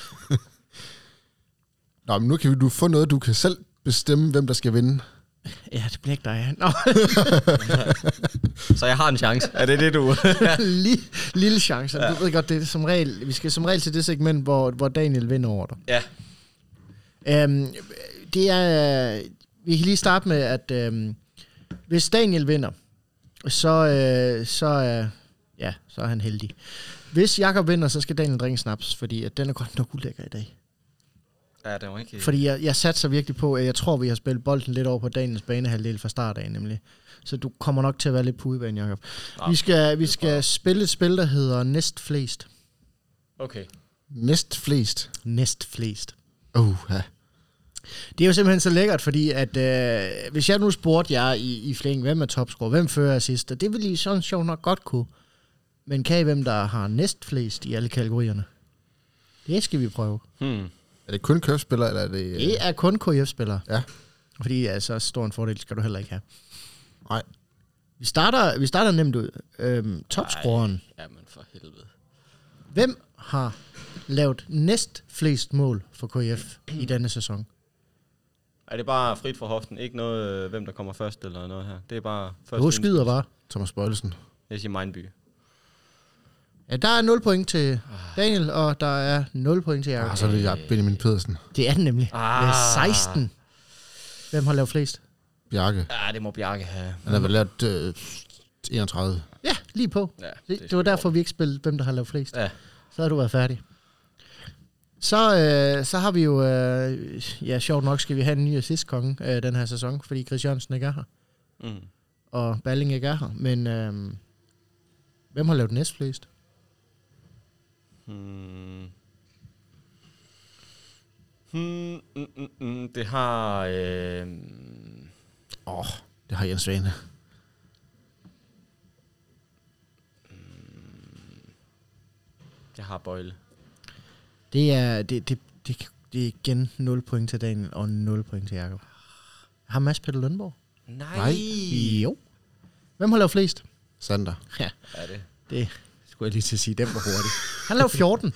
Nå, men nu kan vi, du få noget, du kan selv bestemme, hvem der skal vinde. Ja, det bliver ikke dig. Nå, Så jeg har en chance. Er det det, du... lille, lille chance. Ja. Du ved godt, det er som regel, vi skal som regel til det segment, hvor, hvor Daniel vinder over dig. ja. Øhm, det er, vi kan lige starte med, at øhm, hvis Daniel vinder, så, øh, så, øh, ja, så er han heldig. Hvis Jakob vinder, så skal Daniel drikke snaps, fordi at den er godt nok ulækker i dag. Ja, det var ikke... Fordi jeg, jeg satser virkelig på, at jeg tror, vi har spillet bolden lidt over på Daniels banehalvdel fra start af, nemlig. Så du kommer nok til at være lidt på udebane, Jakob. Ja, Vi skal, vi skal spille et spil, der hedder Næstflest. Okay. Næst flest. Næstflest. Uh, ja. Det er jo simpelthen så lækkert, fordi at øh, hvis jeg nu spurgte jer i, i flæng, hvem er topscorer, hvem fører assist, det ville I sådan sjovt nok godt kunne. Men kan I hvem, der har næstflest i alle kategorierne? Det skal vi prøve. Hmm. Er det kun købspillere, eller er det... Øh... Det er kun K F-spillere. Ja. Fordi altså, stor en fordel skal du heller ikke have. Nej. Vi starter, vi starter nemt ud. Øhm, topscoreren. Jamen for helvede. Hvem har lavet næst flest mål for K F i denne sæson? Er det bare frit for hoften? Ikke noget, øh, hvem der kommer først eller noget her? Det er bare først... Du skyder bare. Thomas Bøjlesen. Jeg siger Mindby. Ja, der er nul point til Daniel, og der er nul point til Jakob. Ah, så er det jeg, Benjamin Pedersen. Det er den nemlig. Ah. Med seksten. Hvem har lavet flest? Bjarke. Ja, det må Bjarke have. Han har vel lavet øh, enogtredive. Ja, lige på. Ja, Det, det var derfor, vi ikke spillede, hvem der har lavet flest. Ja. Så har du været færdig. Så, øh, så har vi jo, øh, ja, sjovt nok skal vi have en ny assist-konge øh, den her sæson, fordi Chris Jørgensen ikke er her, Mm. og Balling ikke er her. Men øh, hvem har lavet næstflest? Hmm. Hmm, mm, mm, mm. Det har... Øh... Åh, oh, det har Jens Svane. Jeg har Bøjle. Det er, det, det, det, det er igen nul point til Daniel, og nul point til Jakob. Har Mads Peter Lønborg? Nej. Nej. Jo. Hvem har lavet flest? Sander. Ja, Er det? det skulle jeg lige til at sige. Den var hurtig. Han lavede fjorten.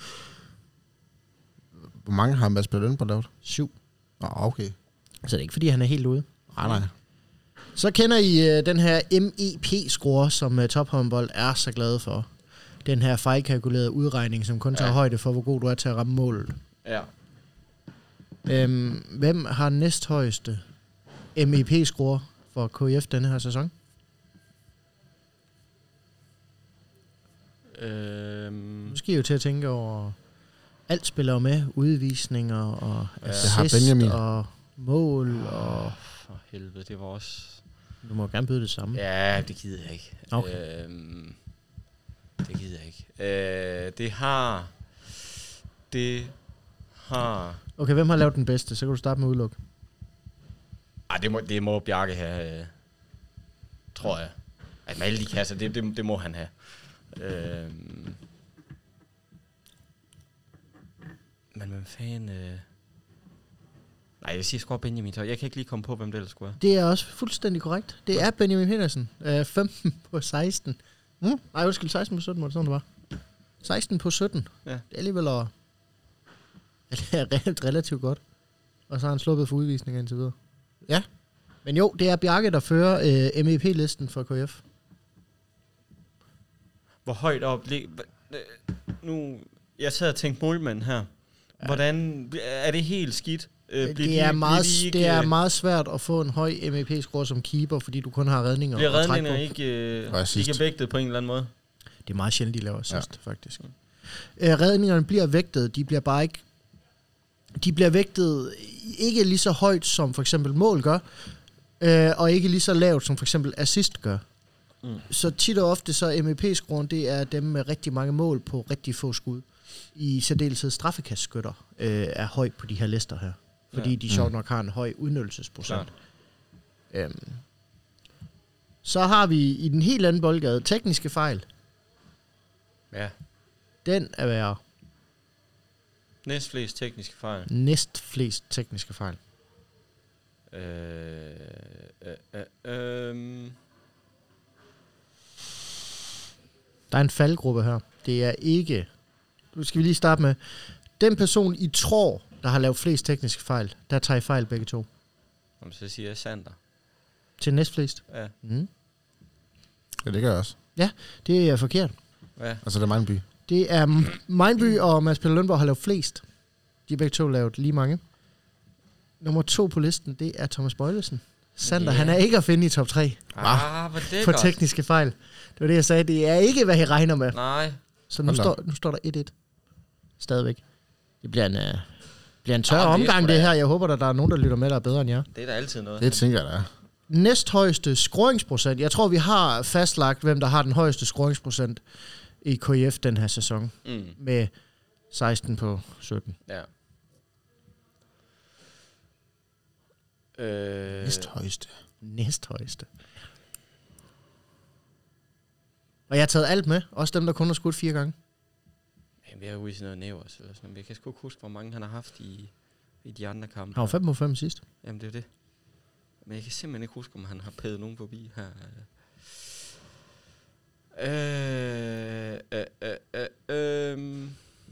Hvor mange har Mads Peter Lønborg lavet? syv. Åh, oh, okay. Så det er ikke, fordi han er helt ude. Nej, nej. Så kender I uh, den her M E P-score, som uh, tophåndbold er så glade for. Den her fejlkalkulerede udregning, som kun tager Ja. højde for, hvor god du er til at ramme målet. Ja. Øhm, hvem har næsthøjeste M E P-score for K F denne her sæson? Øhm. Nu skal I jo til at tænke over... Alt spiller jo med. Udvisninger og Ja. assist Det har Benjamin. og mål og... For helvede, det var også... Du må gerne byde det samme. Ja, det gider jeg ikke. Okay. Øhm, det gider jeg ikke. Øh, det har... Det har... Okay, hvem har lavet den bedste? Så kan du starte med at udelukke. Ej, det må, det må Bjarke have, øh, tror jeg. Ej, med alle de kasser, det, det, det må han have. Øhm. Men hvem fanden... Øh... Nej, jeg siger sgu Benjamin Tøj. Jeg kan ikke lige komme på, hvem det ellers skulle være. Det er også fuldstændig korrekt. Det er Benjamin Petersen. Øh, femten på seksten. Mm? Nej, undskyld, seksten på sytten, var det sådan, det var. seksten på sytten. Ja. Det er alligevel at... Det er relativt godt. Og så har han sluppet for udvisninger indtil videre. Ja. Men jo, det er Bjarke, der fører øh, M E P-listen for K F. Hvor højt op... Nu... Jeg sad og tænkte målmand her. Hvordan... Er det helt skidt? Øh, det, er meget, de ikke, det er meget svært at få en høj M E P-score som keeper, fordi du kun har redninger. Bliver redninger ikke, øh, ikke vægtet på en eller anden måde? Det er meget sjældent, de laver sidst, ja. faktisk. Øh, redningerne bliver vægtet, de bliver bare ikke... De bliver vægtet ikke lige så højt, som for eksempel mål gør, øh, og ikke lige så lavt, som for eksempel assist gør. Mm. Så tit og ofte, så M E P-scoren, det er dem med rigtig mange mål på rigtig få skud. I særdeleshed straffekastskytter øh, er høj på de her lister her. Fordi ja. de sjovt nok har en høj udnyttelsesprocent. Øhm. Så har vi i den helt anden boldgade tekniske fejl. Ja. Den er værre. Næst flest tekniske fejl. Næst flest tekniske fejl. Øh, øh, øh, øh. Der er en faldgruppe her. Det er ikke... Nu skal vi lige starte med... Den person, I tror, der har lavet flest tekniske fejl, der tager I fejl begge to. Om så siger jeg Sander. Til næstflest? Ja. Mm. Ja, det gør jeg også. Ja, det er forkert. Ja. Altså, det er Mindby. Det er Mindby og Mads Peter Lønborg har lavet flest. De har begge to lavet lige mange. Nummer to på listen, det er Thomas Bøjlesen. Sander, yeah. han er ikke at finde i top tre. Ah, hvor det på godt. Tekniske fejl. Det var det, jeg sagde. Det er ikke, hvad I regner med. Nej. Så nu, står, nu står der et et. Stadigvæk. Det bliver en, uh, bliver en tør ah, omgang, det her. Jeg håber, at der er nogen, der lytter med, der er bedre end jer. Det er der altid noget. Det tænker jeg, der er. Næsthøjeste scoringsprocent. Jeg tror, vi har fastlagt, hvem der har den højeste scoringsprocent i K F den her sæson. Mm. Med seksten på sytten. Ja. Øh... Næsthøjeste. Næsthøjeste. Og jeg har taget alt med. Også dem, der kun har skudt fire gange. Jamen, vi har jo i sådan noget nævers eller sådan. Men jeg kan sgu ikke huske, hvor mange han har haft i, i de andre kampe. Han var fem på fem sidst. Jamen, det er det. Men jeg kan simpelthen ikke huske, om han har pædet nogen forbi her. Øh, øh, øh, øh, øh.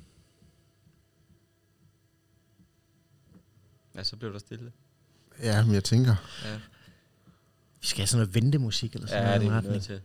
Ja, så blev der stille. Ja, men jeg tænker. Ja. Vi skal have sådan noget ventemusik eller sådan ja, noget. Ja, det er nødt til.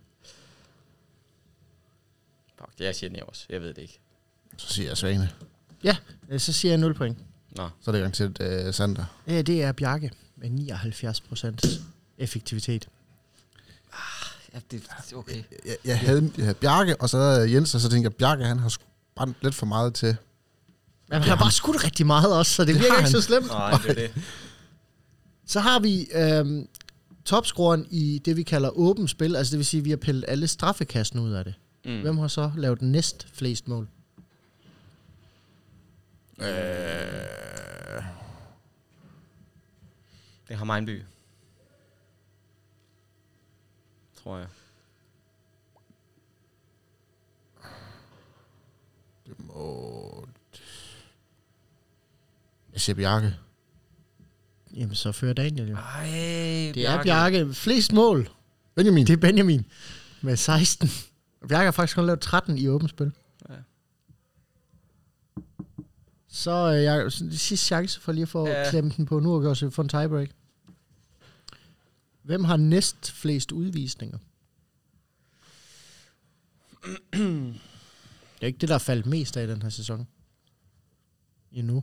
Fuck, jeg siger Nævers. Jeg ved det ikke. Så siger jeg Svane. Ja, så siger jeg nul point. Nå. Så er det garanteret uh, Sander. Ja, det er Bjarke med nioghalvfjerds procent effektivitet. Ah, ja, det er okay. Jeg, jeg, havde, jeg havde Bjarke, og så havde Jens, og så tænker jeg, Bjarke, han har brændt lidt for meget til. Men han har bare skudt rigtig meget også, så det, det virker ikke så slemt. Nej, det er det. Så har vi øhm, topscoren i det, vi kalder åbent spil. Altså det vil sige, at vi har pillet alle straffekasten ud af det. Mm. Hvem har så lavet næst flest mål? Øh... Det har Mindby. Tror jeg. Det må... Jeg siger Bjarke. Jamen, så fører Daniel jo. Ej, det Bjarke. er Bjarke. Flest mål. Benjamin. Det er Benjamin. Med seksten. Bjarke har faktisk kun lavet tretten i åbent spil. Ja. Så øh, jeg, så det sidste chance for lige at få ja. klemt den på nu, og også få en tiebreak. Hvem har næst flest udvisninger? Det er ikke det, der er faldt mest af i den her sæson. Endnu.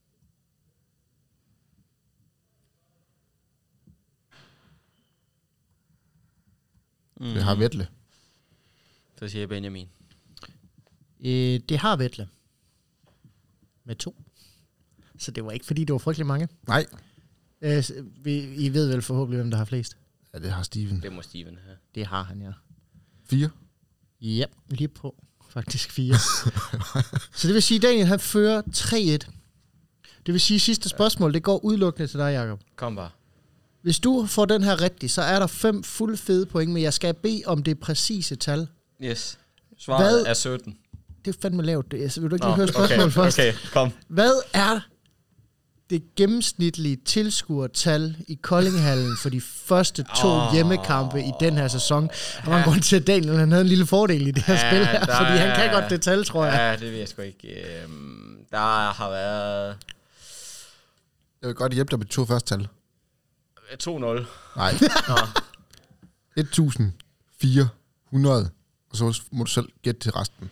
Mm. Det har Vettle. Så siger jeg Benjamin. Øh, det har Vettle. Med to. Så det var ikke, fordi det var frygtelig mange. Nej. Øh, vi, I ved vel forhåbentlig, hvem der har flest. Ja, det har Steven. Det må Steven have. Det har han, ja. Fire? Ja, lige på. Faktisk fire. Så det vil sige, at Daniel han fører tre et. Det vil sige, at sidste spørgsmål, det går udelukkende til dig, Jacob. Kom bare. Hvis du får den her rigtig, så er der fem fuld fede point, men jeg skal bede om det præcise tal. Yes. Svaret Hvad? er sytten. Det er fandme lavt. Det. Altså, vil du ikke lige Nå, høre spørgsmålet okay, først? Okay, kom. Hvad er det gennemsnitlige tilskuertal i Koldinghallen for de første to oh. hjemmekampe i den her sæson. Der var en grund til, at Daniel han havde en lille fordel i det her ja, spil her, fordi er, han kan godt det tal, tror jeg. Ja, det ved jeg sgu ikke. Øhm, der har været... Jeg vil godt hjælpe dig med de to første tal. to nul. Nej. et tusind fire hundrede. Og så må du selv gætte til resten.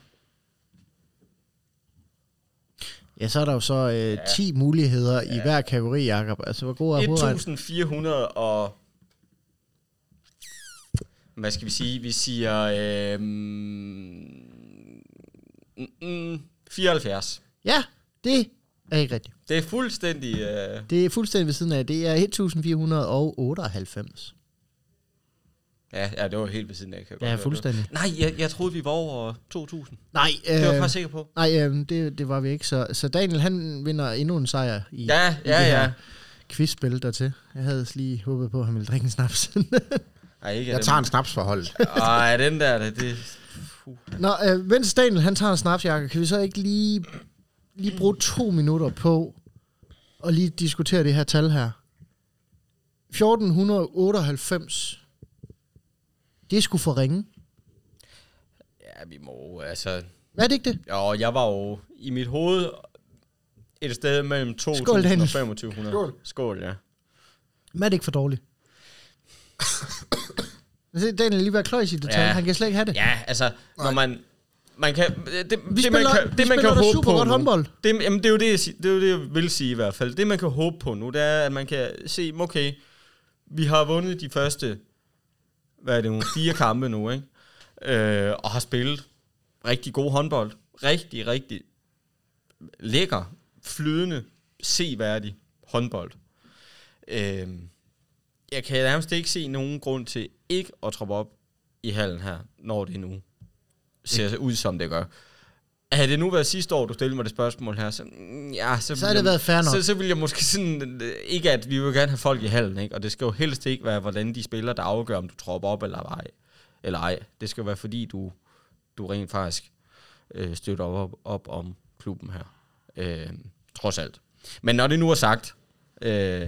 Ja, så er der jo så øh, ja. ti muligheder ja. i hver kategori, Jacob. Altså, hvor god er hovedregning? et tusind fire hundrede og... Hvad skal vi sige? Vi siger... Øh, mm, fireoghalvfjerds. Ja, det er ikke rigtigt. Det er fuldstændig... Øh... Det er fuldstændig ved siden af. Det er et tusind fire hundrede og otteoghalvfems. Ja, ja, det var helt ved siden af. Kan jeg ja, godt fuldstændig. Nej, jeg, jeg troede, vi var over to tusind. Nej. Øh, det var jeg øh, faktisk sikker på. Nej, øh, det, det var vi ikke. Så, så Daniel, han vinder endnu en sejr i, ja, i ja, det her ja. quizspil dertil. Jeg havde lige håbet på, at han ville drikke en snaps. Ej, ikke jeg tager en snaps for holdet. Ej, den der, det... det uh. Nå, øh, mens Daniel, han tager en snaps, Jacob, kan vi så ikke lige, lige bruge to minutter på at lige diskutere det her tal her? fjorten otteoghalvfems. Det er sgu for ringe. Ja, vi må altså... Er det ikke det? Jo, jeg var jo i mit hoved et sted mellem to tusind og femogtyve hundrede. Skål. Skål, ja. Men er det ikke for dårligt? Daniel lige være kløjs i det tal. Ja. Han kan slet ikke have det. Ja, altså, når man... Man kan, det, vi det, spiller, man kan, det, man kan håbe super på godt nu, håndbold. Det, jamen, det, er jo det, jeg, det er jo det, jeg vil sige i hvert fald. Det, man kan håbe på nu, det er, at man kan se, okay, vi har vundet de første, hvad er det nu, fire kampe nu, ikke? Øh, og har spillet rigtig god håndbold. Rigtig, rigtig lækker, flydende, seværdig håndbold. Øh, jeg kan nærmest ikke se nogen grund til ikke at troppe op i hallen her, når det nu ser ud, som det gør. Havde det nu været sidste år, du stillede mig det spørgsmål her, så, ja, så, så har det været fair nok. Så, så vil jeg måske sådan, ikke at vi vil gerne have folk i hallen, ikke? Og det skal jo helst ikke være, hvordan de spiller, der afgør, om du tropper op eller ej. Eller ej. Det skal være, fordi du, du rent faktisk øh, støtter op, op om klubben her. Øh, trods alt. Men når det nu er sagt, øh,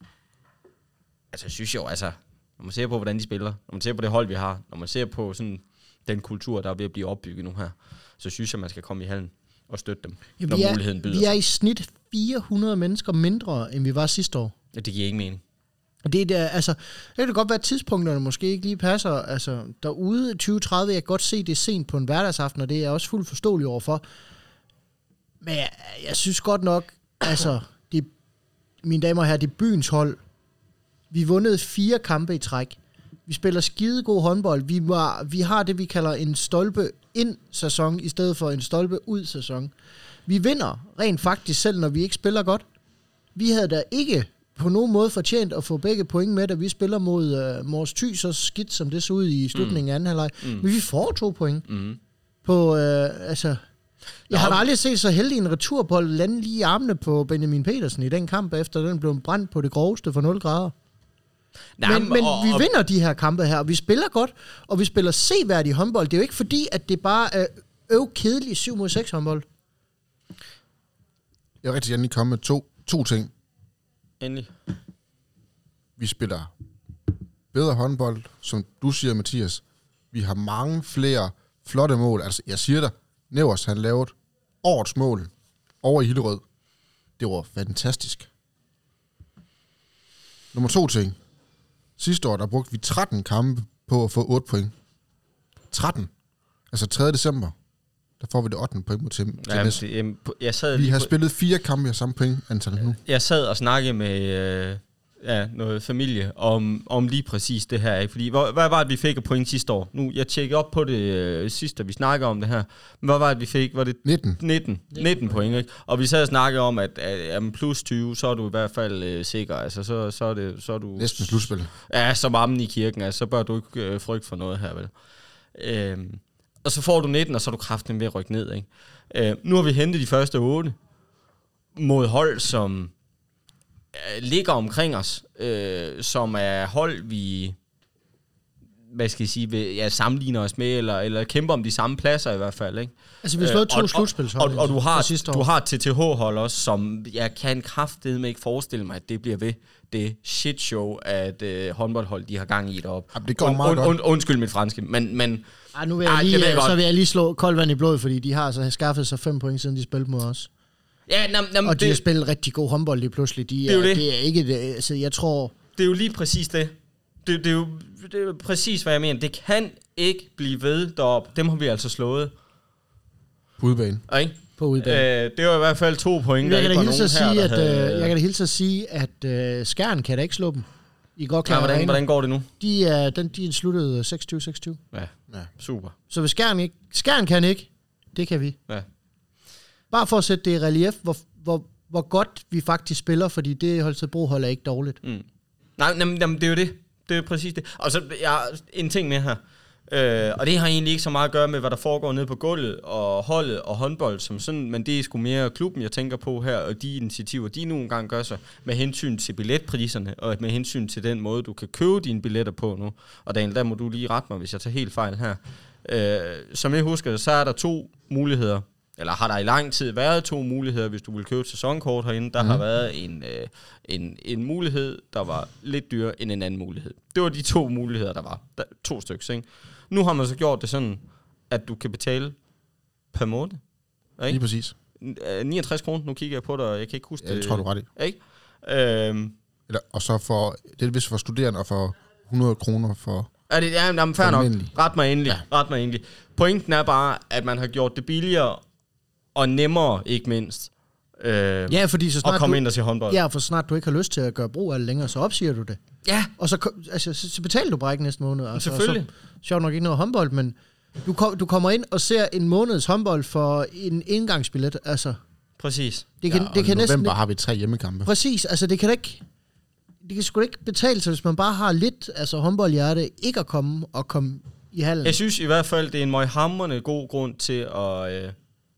altså jeg synes jo, altså, når man ser på, hvordan de spiller, når man ser på det hold, vi har, når man ser på sådan den kultur, der er ved at blive opbygget nu her, så synes jeg, man skal komme i hallen og støtte dem, ja, når er, muligheden byder. Vi er i snit fire hundrede mennesker mindre, end vi var sidste år. Ja, det giver ikke mening. Det, det, altså, det kan godt være, at tidspunkterne måske ikke lige passer. Altså, derude tyve tredive, jeg kan godt se, det er sent på en hverdagsaften, og det er jeg også fuldt forståelig overfor. Men jeg, jeg synes godt nok, altså, det, mine damer og herrer, det er byens hold. Vi vundet fire kampe i træk. Vi spiller skidegod håndbold. Vi, var, vi har det, vi kalder en stolpe ind-sæson, i stedet for en stolpe ud-sæson. Vi vinder rent faktisk selv, når vi ikke spiller godt. Vi havde da ikke på nogen måde fortjent at få begge point med, da vi spiller mod uh, Mors Thy, så skidt som det så ud i slutningen af anden halvleg. Mm. Men vi får to point. Mm. På, uh, altså... Jeg Nå, har aldrig set så heldig en returbold lande lige i armene på Benjamin Petersen i den kamp, efter den blev brændt på det groveste for nul grader. Nej, men men og, vi vinder de her kampe her, og vi spiller godt, og vi spiller seværdig håndbold. Det er jo ikke fordi, at det bare er øv kedelig syv mod seks håndbold. Jeg vil rigtig gerne komme med to, to ting. Endelig. Vi spiller bedre håndbold, som du siger, Mathias. Vi har mange flere flotte mål. Altså, jeg siger dig, Nevers, han lavede årets mål over i Hillerød. Det var fantastisk. Nummer to ting. Sidste år, der brugte vi tretten kampe på at få otte point. tretten. Altså tredje december. Der får vi det ottende point mod til, til ja, næste. Det, jeg sad vi har på, spillet fire kampe af samme point antal nu. Jeg sad og snakkede med øh, ja, noget familie om, om lige præcis det her. Ikke? Fordi, hvad, hvad var det, vi fik af point sidste år? Nu, jeg tjekkede op på det øh, sidste, vi snakkede om det her. Men hvad var det, vi fik? Var det nitten? nitten, nitten point, ikke? Og vi sad og snakkede om, at, at, at plus tyve, så er du i hvert fald øh, sikker. Altså, så, så, er det, så er du... Næsten slutspil. Ja, som ammen i kirken. Altså, så bør du ikke øh, frygte for noget her, vel? Øhm, og så får du nitten, og så er du kraften ved at rykke ned, ikke? Øh, nu har vi hentet de første otte mod hold, som ligger omkring os, øh, som er hold, vi hvad skal jeg sige, vil, ja, sammenligner os med, eller, eller kæmper om de samme pladser i hvert fald, ikke? Altså, vi har slået to slutspilshold. Og, og, og du har, du har T T H-hold også, som jeg kan kraftedeme ikke forestille mig, at det bliver ved det shit show, at øh, håndboldhold, de har gang i deroppe. Ja, det går meget und, godt. Und, undskyld mit franske, men... men Ej, nu vil jeg, lige, ej, så vil jeg lige slå koldt vand i blodet, fordi de har altså skaffet sig fem point, siden de spillede mod os. Ja, nam, nam, og de det, har spillet rigtig god håndbold lige pludselig. De det er, er, det. det er ikke det. Altså, jeg tror... Det er jo lige præcis det. Det, det, er jo, det er jo præcis, hvad jeg mener. Det kan ikke blive ved deroppe. Dem har vi altså slået. På udebane. Ikke? På udebane. Øh, det var i hvert fald to point, jeg der kan ikke var nogen sige, her, at, havde... Jeg kan da hilse at sige, at uh, Skjern kan da ikke slå dem. I går klar. Ja, hvordan, hvordan går det nu? De er, den, de er sluttet seksogtyve seksogtyve. Ja, ja, super. Så hvis Skjern ikke... Skjern kan ikke, det kan vi. Ja. Bare for at sætte det i relief, hvor, hvor, hvor godt vi faktisk spiller, fordi det Holstebro hold er ikke dårligt. Mm. Nej, jamen, jamen, det er jo det. Det er jo præcis det. Og så jeg har en ting med her. Øh, og det har egentlig ikke så meget at gøre med, hvad der foregår nede på gulvet, og holdet og håndbold som sådan, men det er sgu mere klubben, jeg tænker på her, og de initiativer, de nogle gange gør sig med hensyn til billetpriserne, og med hensyn til den måde, du kan købe dine billetter på nu. Og Daniel, der må du lige rette mig, hvis jeg tager helt fejl her. Øh, som jeg husker, så er der to muligheder, eller har der i lang tid været to muligheder, hvis du vil købe et sæsonkort herinde. Der mm. har været en, øh, en, en mulighed, der var lidt dyrere end en anden mulighed. Det var de to muligheder, der var. Der, to stykker, ikke? Nu har man så gjort det sådan, at du kan betale per måned. Ikke? Lige præcis. niogtres kroner, nu kigger jeg på dig, og jeg kan ikke huske ja, det. tror du ret i. Ikke? Øhm. Eller, og så for, det er vist for studerende, og for hundrede kroner for... Er det, ja, jamen, fair nok. Ret mig endelig. Ja. Ret mig endelig. Pointen er bare, at man har gjort det billigere, og nemmere, ikke mindst, øh, ja, fordi så snart at komme du, ind og se håndbold. Ja, for snart du ikke har lyst til at gøre brug af det længere, så opsiger du det. Ja. Og så, altså, så, så betaler du bare ikke næste måned. Altså, selvfølgelig. Så, sjovt nok ikke noget håndbold, men du, kom, du kommer ind og ser en måneds håndbold for en indgangsbillet. Altså, præcis. Det kan, ja, det kan i november næsten, har vi tre hjemmekampe. Præcis, altså det kan da ikke... Det kan sgu ikke betale sig, hvis man bare har lidt altså håndboldhjerte, ikke at komme og komme i hallen. Jeg synes i hvert fald, det er en møghamrende god grund til at øh,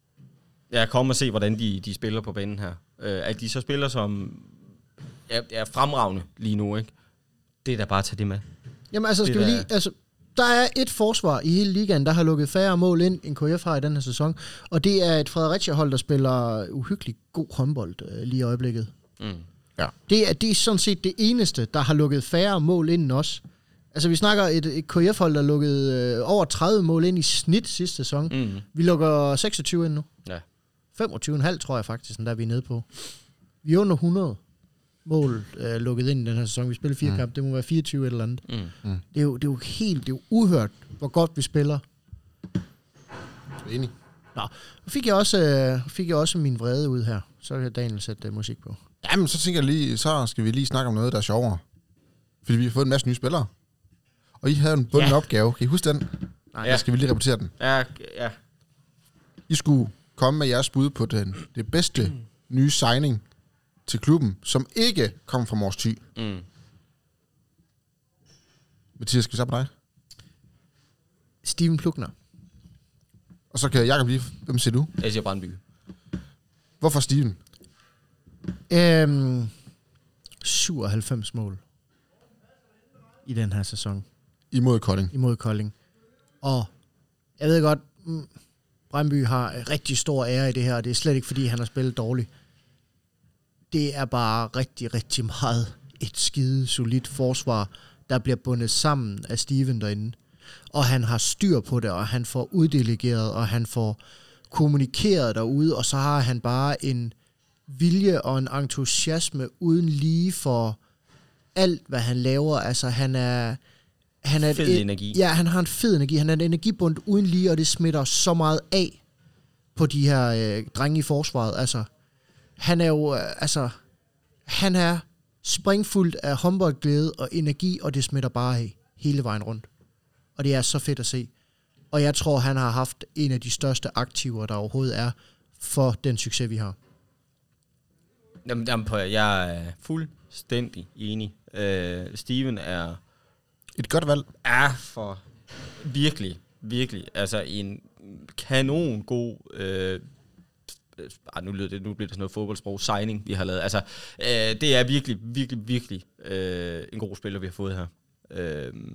ja, komme og se, hvordan de, de spiller på banen her. Øh, at de så spiller som ja, er fremragende lige nu, ikke? Det er da bare at tage det med. Jamen altså, skal vi lige... Altså, der er et forsvar i hele ligaen, der har lukket færre mål ind, end K F har i den her sæson. Og det er et Fredericia-hold, der spiller uhyggeligt god håndbold øh, lige i øjeblikket. Mm. Ja. Det, er, det er sådan set det eneste, der har lukket færre mål ind end os. Altså, vi snakker et, et K F-hold, der lukkede øh, over tredive mål ind i snit sidste sæson. Mm. Vi lukker seksogtyve ind nu. Ja. femogtyve komma fem tror jeg faktisk, der er vi nede på. Vi er under hundrede mål øh, lukket ind i den her sæson. Vi spiller fire mm. kampe, det må være fireogtyve eller andet. Mm. Mm. Det, er jo, det er jo helt, det er jo uhørt, hvor godt vi spiller. Enig. Nå, fik jeg også, øh, fik jeg også min vrede ud her. Så kan Daniel sætte øh, musik på. Jamen, så tænker jeg lige, så skal vi lige snakke om noget, der er sjovere. Fordi vi har fået en masse nye spillere. Og I havde en bunden ja. opgave. Kan I huske den? Nej, ja. skal vi lige repetere den. Ja, ja. I skulle komme med jeres bud på den, det bedste mm. nye signing til klubben, som ikke kom fra Mors Thy. Mm. Mathias, skal vi så på dig? Steven Plukner. Og så kan Jacob lige, hvem siger du? Jeg siger Brandby. Hvorfor Steven? Øhm, syvoghalvfems mål i den her sæson. Imod Kolding. Imod Kolding. Og jeg ved godt, Brandby har rigtig stor ære i det her, og det er slet ikke, fordi han har spillet dårligt. Det er bare rigtig, rigtig meget et skide solidt forsvar, der bliver bundet sammen af Steven derinde. Og han har styr på det, og han får uddelegeret, og han får kommunikeret derude, og så har han bare en vilje og en entusiasme uden lige for alt, hvad han laver. Altså, han er... Han er fed et, energi. Ja, han har en fed energi. Han er en energibund uden lige, og det smitter så meget af på de her øh, drenge i forsvaret. Altså, han er jo... Øh, altså, han er springfuldt af håndboldglæde og energi, og det smitter bare af hele vejen rundt. Og det er så fedt at se. Og jeg tror, han har haft en af de største aktiver, der overhovedet er for den succes, vi har. Jamen, jamen jeg er fuldstændig enig. Øh, Steven er... Et godt valg. Er for virkelig, virkelig. Altså en kanon god... Øh, ah, nu, lyder det, nu bliver det sådan noget fodboldsprog, signing, vi har lavet. Altså, øh, det er virkelig, virkelig, virkelig øh, en god spiller, vi har fået her. Øh,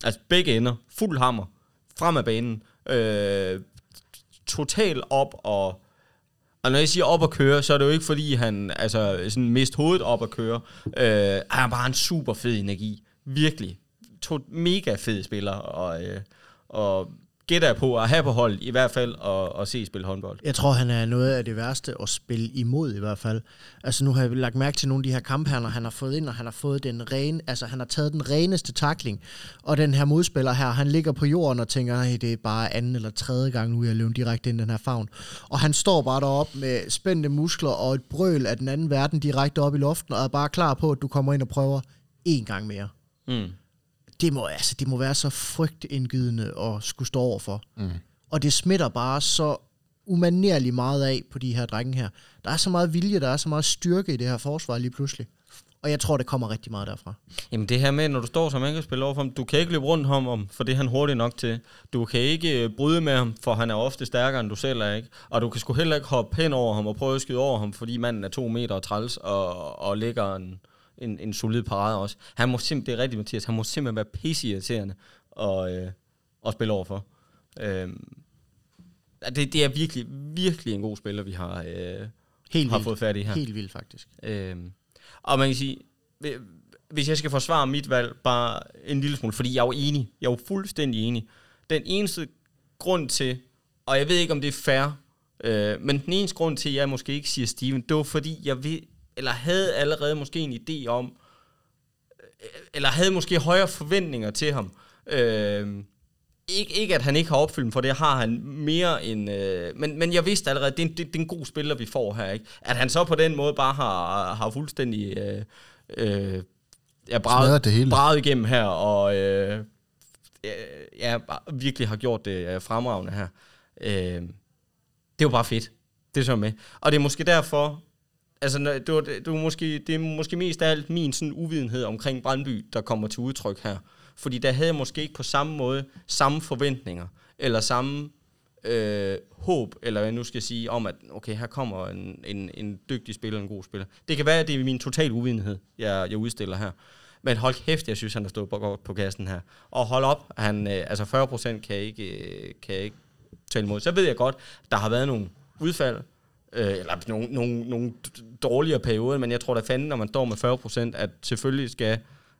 Altså begge ender, fuld hammer, frem af banen, øh, totalt op og... Og når jeg siger op at køre, så er det jo ikke fordi, han altså, sådan mist hovedet op at køre. Øh, han har bare en super fed energi. Virkelig. To mega fed spiller. Og, øh, og gætter jeg på at have på hold, i hvert fald, og, og se spille håndbold. Jeg tror, han er noget af det værste at spille imod, i hvert fald. Altså, nu har jeg lagt mærke til nogle af de her kampe, han har fået ind, og han har fået den rene, altså, han har taget den reneste tackling. Og den her modspiller her, han ligger på jorden og tænker, nej, det er bare anden eller tredje gang nu, jeg løber direkte ind i den her favn. Og han står bare deroppe med spændte muskler og et brøl af den anden verden direkte op i luften, og er bare klar på, at du kommer ind og prøver en gang mere. Mm. Det må, altså, det må være så frygtindgydende at skulle stå overfor. Mm. Og det smitter bare så umanerligt meget af på de her drenge her. Der er så meget vilje, der er så meget styrke i det her forsvar lige pludselig. Og jeg tror, det kommer rigtig meget derfra. Jamen det her med, når du står som angrebsspiller overfor ham, du kan ikke løbe rundt ham om, for det er han hurtigt nok til. Du kan ikke bryde med ham, for han er ofte stærkere, end du selv er, ikke? Og du kan sgu heller ikke hoppe hen over ham og prøve at skyde over ham, fordi manden er to meter og træls og, og ligger en... En, en solid parade også. Han må simpelthen, det er rigtigt, Mathias, han må simpelthen være pisseirriterende og, øh, og spille overfor. Øh, det, det er virkelig, virkelig en god spiller, vi har, øh, Helt har vildt. fået fat i her. Helt vildt, faktisk. Øh, og man kan sige, hvis jeg skal forsvare mit valg bare en lille smule, fordi jeg er jo enig, jeg er jo fuldstændig enig. Den eneste grund til, og jeg ved ikke, om det er fair, øh, men den eneste grund til, at jeg måske ikke siger Steven, det var fordi, jeg ved, eller havde allerede måske en idé om, eller havde måske højere forventninger til ham. Øh, ikke, ikke at han ikke har opfyldt dem, for det har han mere end... Øh, men, men jeg vidste allerede, at det er, en, det, det er en god spiller, vi får her. Ikke? At han så på den måde bare har, har fuldstændig... Øh, øh, ja, braget, braget igennem her, og øh, ja, virkelig har gjort det fremragende her. Øh, det er jo bare fedt. Det er så med. Og det er måske derfor... Altså, det, var, det, var måske, det er måske mest af alt min sådan uvidenhed omkring Brøndby, der kommer til udtryk her. Fordi der havde jeg måske ikke på samme måde samme forventninger, eller samme øh, håb, eller hvad jeg nu skal sige, om at okay, her kommer en, en, en dygtig spiller, en god spiller. Det kan være, at det er min total uvidenhed, jeg, jeg udstiller her. Men hold kæft, jeg synes, han har stået på, på kassen her. Og hold op, han, øh, altså fyrre procent kan ikke, øh, kan ikke tale imod. Så ved jeg godt, der har været nogle udfald, Øh, eller nogle, nogle, nogle dårligere perioder, men jeg tror da fanden, når man står med fyrre procent, at selvfølgelig skal,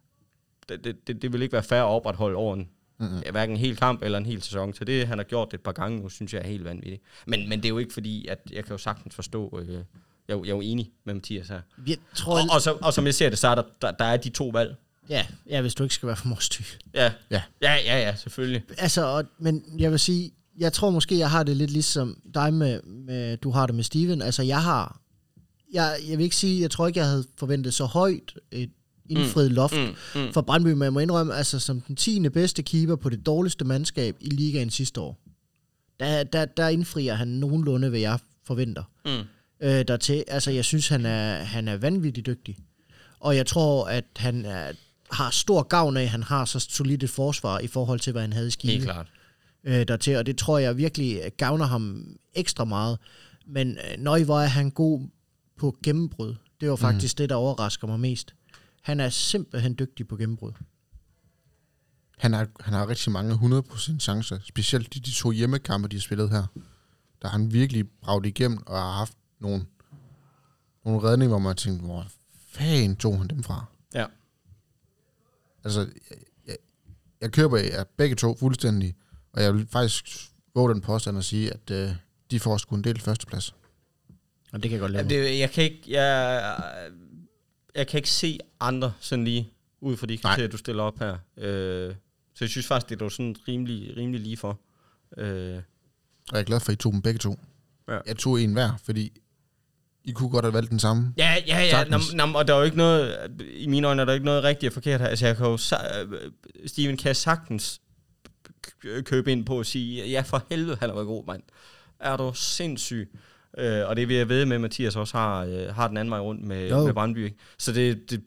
det, det, det vil ikke være fair at opretholde over en, mm-hmm. hverken en hel kamp eller en hel sæson. Så det, han har gjort det et par gange nu, synes jeg er helt vanvittigt. Men, men det er jo ikke fordi, at jeg kan jo sagtens forstå, øh, jeg, jeg er jo enig med Mathias her. Jeg tror, og, og, så, og som jeg ser det, så er der, der, der er de to valg. Ja, ja, hvis du ikke skal være for morstyg. Ja, ja, ja, ja, ja selvfølgelig. Altså, og, men jeg vil sige, jeg tror måske, jeg har det lidt ligesom dig med, med du har det med Steven. Altså, jeg har, jeg, jeg vil ikke sige, jeg tror ikke, jeg havde forventet så højt et indfriet mm, loft mm, mm. for Brøndby, men jeg må indrømme, altså som den tiende bedste keeper på det dårligste mandskab i ligaen sidste år, der, der, der indfrier han nogenlunde, hvad jeg forventer. Mm. Øh, dertil, altså, jeg synes, han er, han er vanvittigt dygtig. Og jeg tror, at han er, har stor gavn af, at han har så solidt et forsvar i forhold til, hvad han havde i Skive. Helt klart. Øh, dertil, og det tror jeg virkelig gavner ham ekstra meget. Men nøj, hvor er han god på gennembrud. Det var faktisk mm. det, der overrasker mig mest. Han er simpelthen dygtig på gennembrud. Han har, han har rigtig mange hundrede procent chancer, specielt i de to hjemmekampe, de har spillet her. Der har han virkelig braget igennem og har haft nogle, nogle redninger, hvor man tænkte, hvor fanden tog han dem fra? Ja. Altså, jeg, jeg, jeg køber jer begge to fuldstændig, og jeg vil faktisk våge den påstand at sige, at øh, de får sgu en del førsteplads. Og det kan jeg godt lave. Ja, det, jeg, kan ikke, jeg, jeg kan ikke se andre sådan lige, ud fra de kriterier, du stiller op her. Øh, så jeg synes faktisk, det er sådan rimelig, rimelig lige for. Øh. Og jeg er glad for, at I tog dem begge to. Ja. Jeg tog en hver, fordi I kunne godt have valgt den samme. Ja, ja, ja. Nam, nam, og der er jo ikke noget, i mine øjne er der ikke noget rigtigt og forkert her. Altså, jeg kan jo, Steven kan sagtens købe ind på at sige, ja, for helvede, han har været god, mand. Er du sindssyg? Øh, og det vil jeg ved med, at Mathias også har, øh, har den anden vej rundt med, med Brøndby. Så det, det,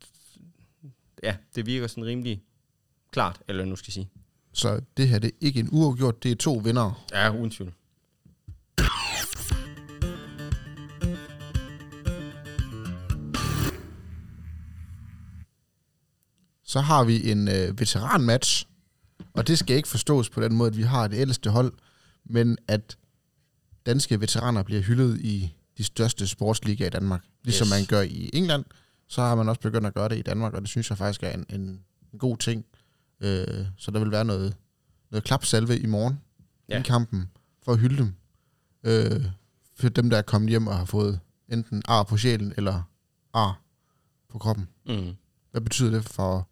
ja, det virker sådan rimelig klart, eller nu skal jeg sige. Så det her, det er ikke en uafgjort, det er to vindere. Ja, uden tvivl. Så har vi en øh, veteranmatch, Og det skal ikke forstås på den måde, at vi har det ældste hold, men at danske veteraner bliver hyldet i de største sportsligaer i Danmark. Ligesom yes. man gør i England, så har man også begyndt at gøre det i Danmark, og det synes jeg faktisk er en, en, en god ting. Øh, så der vil være noget, noget klapsalve i morgen ja. i kampen, for at hylde dem. Øh, for dem, der er kommet hjem og har fået enten ar på sjælen, eller ar på kroppen. Mm. Hvad betyder det for,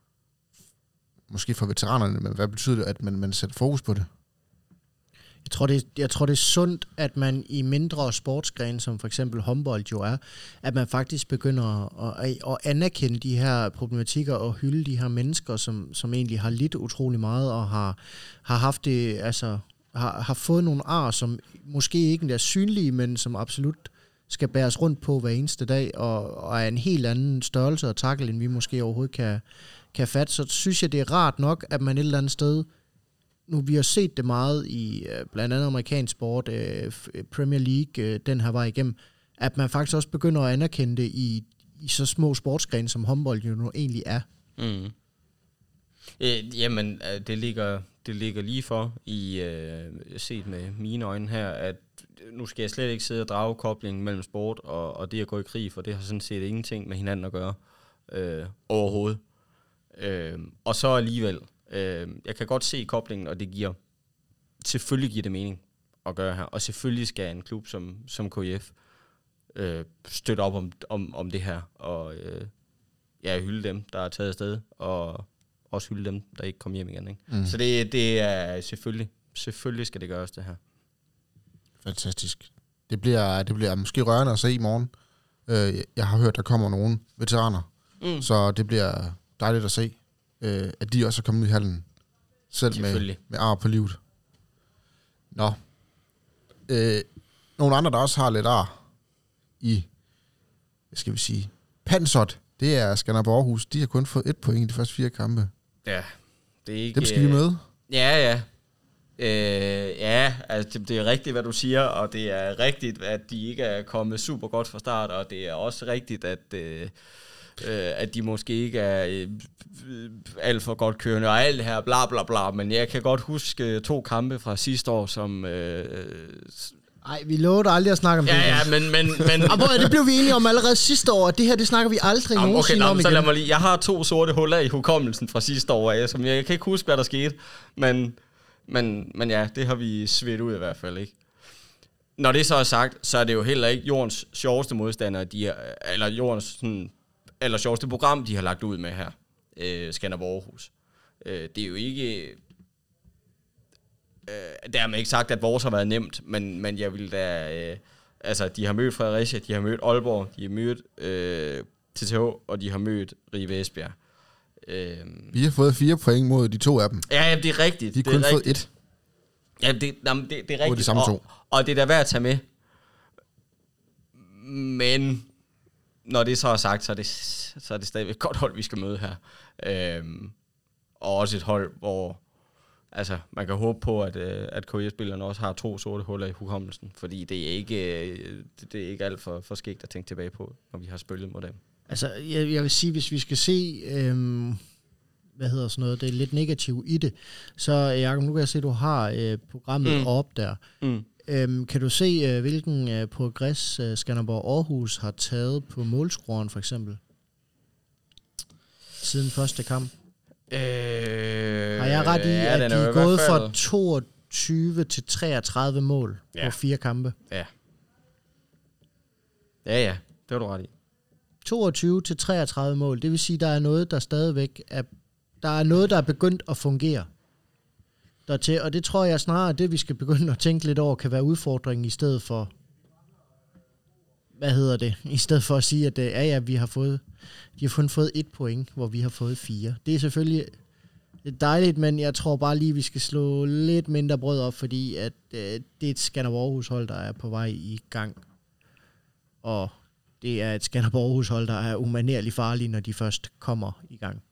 måske for veteranerne, men hvad betyder det, at man, man sætter fokus på det? Jeg tror, det, jeg tror, det er sundt, at man i mindre sportsgrene, som for eksempel håndbold jo er, at man faktisk begynder at, at anerkende de her problematikker og hylde de her mennesker, som, som egentlig har lidt utrolig meget og har, har haft det, altså har, har fået nogle ar, som måske ikke er synlige, men som absolut skal bæres rundt på hver eneste dag, og, og er en helt anden størrelse og tackle, end vi måske overhovedet kan, kan fatte. Så synes jeg, det er rart nok, at man et eller andet sted, nu vi har set det meget i blandt andet amerikansk sport, Premier League, den her vej igennem, at man faktisk også begynder at anerkende det i, i så små sportsgrene, som håndbold jo nu egentlig er. Mm. Øh, jamen, det ligger, det ligger lige for, i øh, set med mine øjne her, at nu skal jeg slet ikke sidde og drage koblingen mellem sport og, og det at gå i krig, for det har sådan set ingenting med hinanden at gøre øh, overhovedet. Øh, og så alligevel, øh, jeg kan godt se koblingen, og det giver, selvfølgelig giver det mening at gøre her, og selvfølgelig skal en klub som, som K I F øh, støtte op om, om, om det her, og øh, ja, hylde dem, der er taget afsted, og også hylde dem, der ikke kom hjem igen. Ikke? Mm. Så det, det er selvfølgelig, selvfølgelig skal det gøres det her. Fantastisk. Det bliver, det bliver måske rørende at se i morgen. Øh, jeg har hørt, der kommer nogle veteraner, mm. så det bliver dejligt at se, øh, at de også er kommet ud i hallen, selv med, med ar på livet. Nå. Øh, nogle andre, der også har lidt ar i, hvad skal vi sige, Pansot, det er Skanderborg Aarhus. De har kun fået et point i de første fire kampe. Ja, det er ikke... Dem skal vi møde. Ja, ja. Øh, ja, altså det, det er rigtigt, hvad du siger, og det er rigtigt, at de ikke er kommet super godt fra start, og det er også rigtigt, at, øh, at de måske ikke er øh, alt for godt kørende, og alt det her, bla bla bla, men jeg kan godt huske to kampe fra sidste år, som... Øh, Ej, vi lovede aldrig at snakke om ja, det. Ja, ja, men... men, men og det blev vi enige om allerede sidste år, og det her, det snakker vi aldrig Jamen, nogensinde okay, om så igen. lad mig lige, jeg har to sorte huller i hukommelsen fra sidste år, jeg, som jeg, jeg kan ikke huske, hvad der skete, men... Men, men ja, det har vi svedt ud i hvert fald, ikke? Når det så er sagt, så er det jo heller ikke jordens sjoveste modstandere, de er, eller jordens sådan, eller sjoveste program, de har lagt ud med her. Øh, Skanderborg Aarhus. Øh, det er jo ikke... Øh, dermed ikke sagt, at vores har været nemt, men, men jeg vil da... Øh, altså, de har mødt Fredericia, de har mødt Aalborg, de har mødt øh, T T H, og de har mødt Ribe Esbjerg. Øhm. Vi har fået fire point mod de to af dem. Ja, ja, det er rigtigt. De har kun fået et. Ja, det, jamen, det, det er rigtigt. De samme to. Og, og det er da værd at tage med. Men når det så er sagt, så er det, så er det stadigvæk et godt hold, vi skal møde her. Øhm, og også et hold, hvor altså, man kan håbe på, at, at K I F-spillerne også har to sorte huller i hukommelsen. Fordi det er ikke, det er ikke alt for, for skægt at tænke tilbage på, når vi har spillet mod dem. Altså, jeg, jeg vil sige, hvis vi skal se, øhm, hvad hedder sådan noget, det er lidt negativt i det, så Jacob, nu kan jeg se, at du har øh, programmet mm. op der. Mm. Øhm, kan du se, øh, hvilken øh, progress øh, Skanderborg Aarhus har taget på målscoren, for eksempel? Siden første kamp? Øh, har jeg ret i, ja, at de er gået fra toogtyve til treogtredive mål ja. på fire kampe? Ja. Ja, ja, det var du ret i. toogtyve til treogtredive mål, det vil sige, der er noget, der stadigvæk er, der er noget, der er begyndt at fungere dertil, og det tror jeg snarere, det vi skal begynde at tænke lidt over, kan være udfordringen i stedet for, hvad hedder det, i stedet for at sige, at ja, ja, vi har fået, de har kun fået et point, hvor vi har fået fire. Det er selvfølgelig dejligt, men jeg tror bare lige, vi skal slå lidt mindre brød op, fordi at øh, det er et Skanderborg Aarhus-hold, der er på vej i gang, og det er et Skanderborg Aarhus-hold, der er umanerligt farlige, når de først kommer i gang.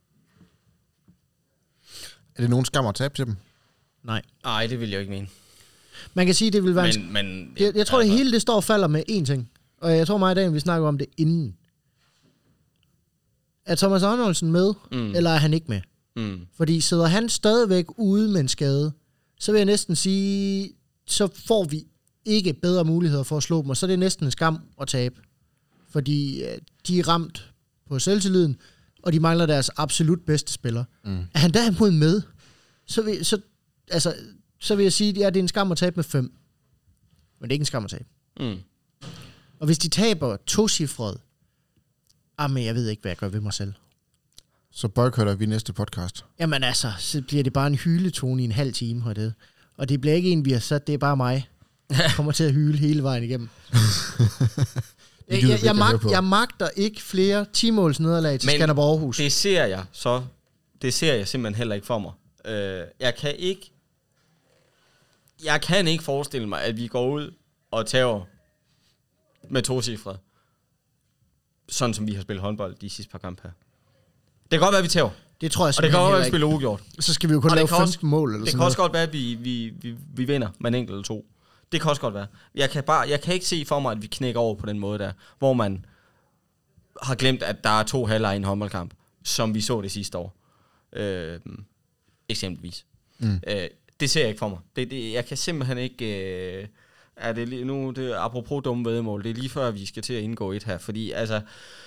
Er det nogen skam at tabe til dem? Nej. Nej, det vil jeg ikke mene. Man kan sige, det vil være men, en... men, jeg, jeg tror, altså, det hele det står og falder med én ting. Og jeg tror mig i dag, vi snakker om det inden. Er Thomas Arnoldsen med, mm. eller er han ikke med? Mm. Fordi sidder han stadigvæk ude med en skade, så vil jeg næsten sige, så får vi ikke bedre muligheder for at slå dem, og så er det næsten en skam at tabe. Fordi øh, de er ramt på selvtilliden, og de mangler deres absolut bedste spiller. Mm. Er han derimod med, så vil, så, altså, så vil jeg sige, at ja, det er en skam at tabe med fem. Men det er ikke en skam at tabe. Mm. Og hvis de taber tocifret, ah, men jeg ved ikke, hvad jeg gør ved mig selv. Så boykotter vi næste podcast. Jamen altså, så bliver det bare en hyletone i en halv time, og det. Og det bliver ikke en, vi har sat, det er bare mig. Jeg kommer til at hyle hele vejen igennem. jeg, jeg, jeg, mag, jeg magter ikke flere ti-måls nederlag til Men Skanderborg Aarhus. det ser jeg så. Det ser jeg simpelthen heller ikke for mig. Øh, jeg kan ikke... Jeg kan ikke forestille mig, at vi går ud og tager med to cifre. Sådan som vi har spillet håndbold de sidste par kampe her. Det kan godt være, at vi tager. Det tror jeg Og det kan godt være, at vi ikke. spiller uafgjort. Så skal vi jo kun Og lave det kan fem også- mål eller Det sådan kan også noget. godt være, at vi, vi, vi, vi vinder med en enkelt eller to. Det kan også godt være. Jeg kan, bare, jeg kan ikke se for mig, at vi knækker over på den måde der, hvor man har glemt, at der er to halvleje i en håndboldkamp, som vi så det sidste år. Øh, eksempelvis. Mm. Øh, det ser jeg ikke for mig. Det, det, jeg kan simpelthen ikke... Øh, er det lige, nu, det, apropos dumme vedmål, det er lige før, vi skal til at indgå et her, fordi altså...